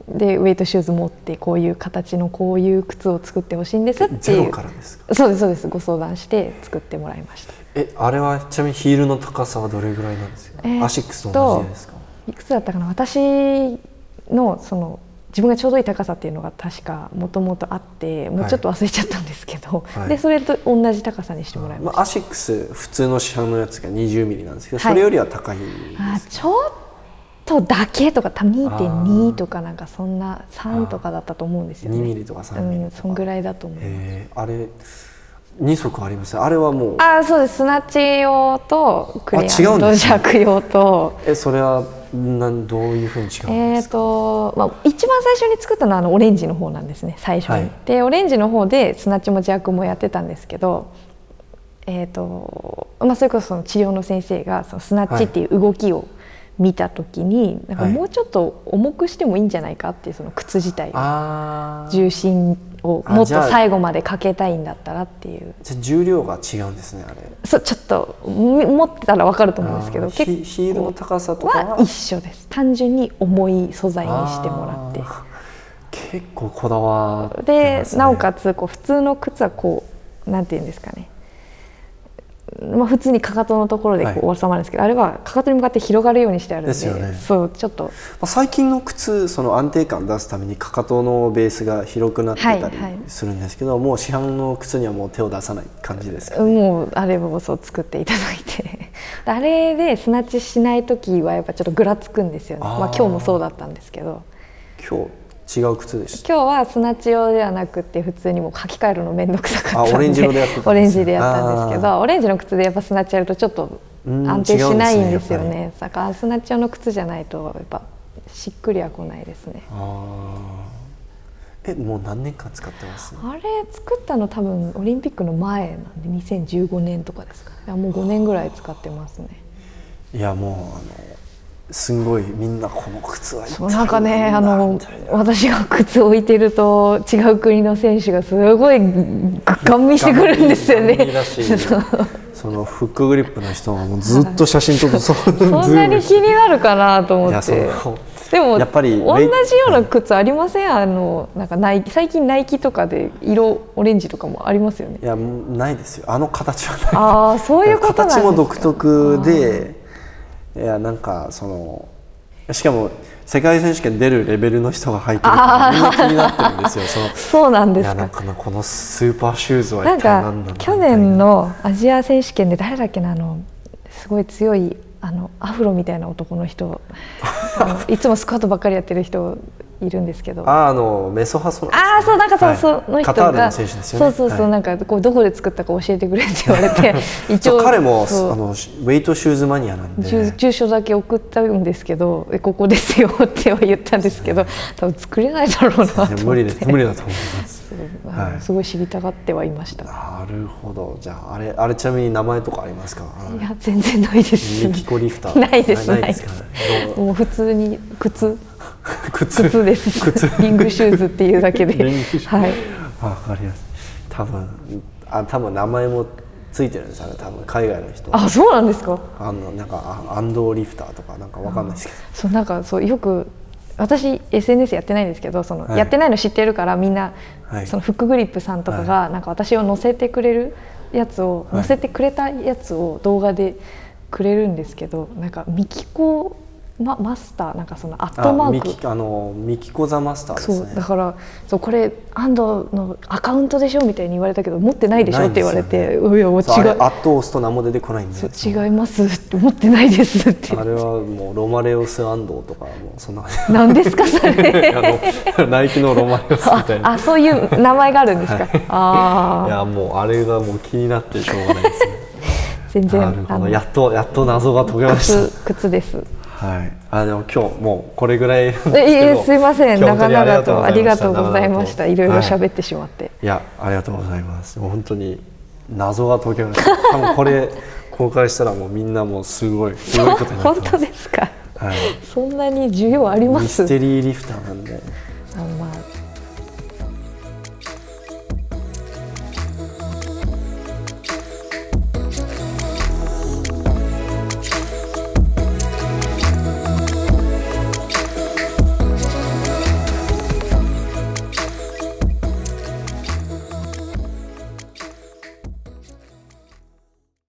でウェイトシューズ持ってこういう形のこういう靴を作ってほしいんですっていうゼロからですか？ そうですそうです。ご相談して作ってもらいました。 えあれはちなみにヒールの高さはどれぐらいなんですか？えー、アシックスと同じですか？ いくつだったかな。私のその自分がちょうどいい高さっていうのが確かもともとあってもうちょっと忘れちゃったんですけど、はい、でそれと同じ高さにしてもらいました。 まあ、アシックス普通の市販のやつがにじゅうミリなんですけど、はい、それよりは高いです。 あちょっとだけとか多分 にてんに とかなんかそんなさんとかだったと思うんですよね。 にミリとかさんミリとか、うん、 そんぐらいだと思います。 へーあれに足あります。あれはもうあそうです。スナッチ用とクリアンドジャック用とえそれはなんどういうふうに違うんですか？ えーとまあ、一番最初に作ったのはあのオレンジの方なんですね最初に、はい、でオレンジの方でスナッチもジャックもやってたんですけど、えーとまあ、それこそその治療の先生がそのスナッチっていう動きを見た時に、なんかもうちょっと重くしてもいいんじゃないかっていうその靴自体の重心をもっと最後までかけたいんだったらっていう。 じゃあ重量が違うんですねあれ。 そうちょっと持ってたら分かると思うんですけど結構ヒールの高さとかは一緒です。単純に重い素材にしてもらって結構こだわってますね。 でなおかつこう普通の靴はこうなんていうんですかね、まあ、普通にかかとのところでこう収まるんですけど、はい、あれはかかとに向かって広がるようにしてあるんで、 ですよね、 そうちょっと、まあ、最近の靴その安定感出すためにかかとのベースが広くなってたりするんですけど、はいはい、もう市販の靴にはもう手を出さない感じですか、ね、 もうあれをそう作っていただいてあれでスナッチしない時はやっぱちょっとぐらつくんですよね。あ、まあ、今日もそうだったんですけど。 今日違う靴でした。 今日はスナッチ用ではなくて普通にもう履き替えるの面倒くさかったんでオレンジ色でやってたんです、 オレンジでやったんですけど、オレンジの靴でやっぱスナッチやるとちょっと安定しないんですよね。だからスナッチ用の靴じゃないとやっぱしっくりは来ないですね。 あえもう何年間使ってます？ あれ作ったの多分オリンピックの前なんでにせんじゅうごねんとかですかね。もうごねんぐらい使ってますね。 いやもうあのすんごいみんなこの靴はそうなんかねあの私が靴を置いてると違う国の選手がすごいガン見してくるんですよね。 そのフックグリップの人はもうずっと写真撮ってそんなに気になるかなと思って。でもやっぱり同じような靴ありません？あのなんかナイキ最近ナイキとかで色オレンジとかもありますよね。 いやないですよ。あの形はない。 ああそういうことなんですか。 形も独特で。いやなんかそのしかも世界選手権出るレベルの人が履いてるからみんな気になってるんですよ。そのそうなんですか。 いやなんかこのスーパーシューズは一体何なんだろう。 去年のアジア選手権で誰だっけな、あのすごい強いあのアフロみたいな男の人あのいつもスクワットばっかりやってる人いるんですけど、 ああのメソハソ、ね、 ああそうなんかそう、はい、その人がカタールの選手ですよね。 そうそうそう、はい、なんかこうどこで作ったか教えてくれって言われて一応彼もあのウェイトシューズマニアなんで住所だけ送ったんですけど、えここですよっては言ったんですけど、多分作れないだろうなと思って。 無理です無理だと思います。 はい、すごい知りたがってはいました。 なるほど。じゃああれあれちなみに名前とかありますか？ いや全然ないです。 ミキコリフターないですないですかね。 もう普通に靴靴靴です靴リングシューズっていうだけではい。 わかります。多分あ多分名前もついてるんですよね。多分海外の人。 あそうなんですか。 あのなんかアンドーリフターとかなんかわかんないですけど。 そうなんかそうよく私 エスエヌエス やってないんですけど、その、はい、やってないの知ってるからみんな、はい、そのフックグリップさんとかが、はい、なんか私を載せてくれるやつを、はい、載せてくれたやつを動画でくれるんですけど、なんかミキコマ, マスターなんかそのアットマークミキあのミキコザマスターですね。 そうだからそうこれ安藤のアカウントでしょみたいに言われたけど持ってないでしょって言われて、ね、いや違う。 アットを押すと何も出てこないんで。 違いますって持ってないですってあれはもうロマレオス安藤とかもうそんな何ですかそれあのナイキのロマレオスみたいなあ, あそういう名前があるんですか、はい、あいやもうあれがもう気になってしょうがないですね全然あのやっとやっと謎が解けました。 靴, 靴ですはい、あでも今日もうこれぐらいなんですけど、 えすいません長々とありがとうございました。いろいろ喋ってしまって、はい、 いやありがとうございます。もう本当に謎が解けました。多分これ公開したらもうみんなもうすごいすごいことになってます。 本当ですか、 はい、 そんなに需要あります？ ミステリーリフターなんで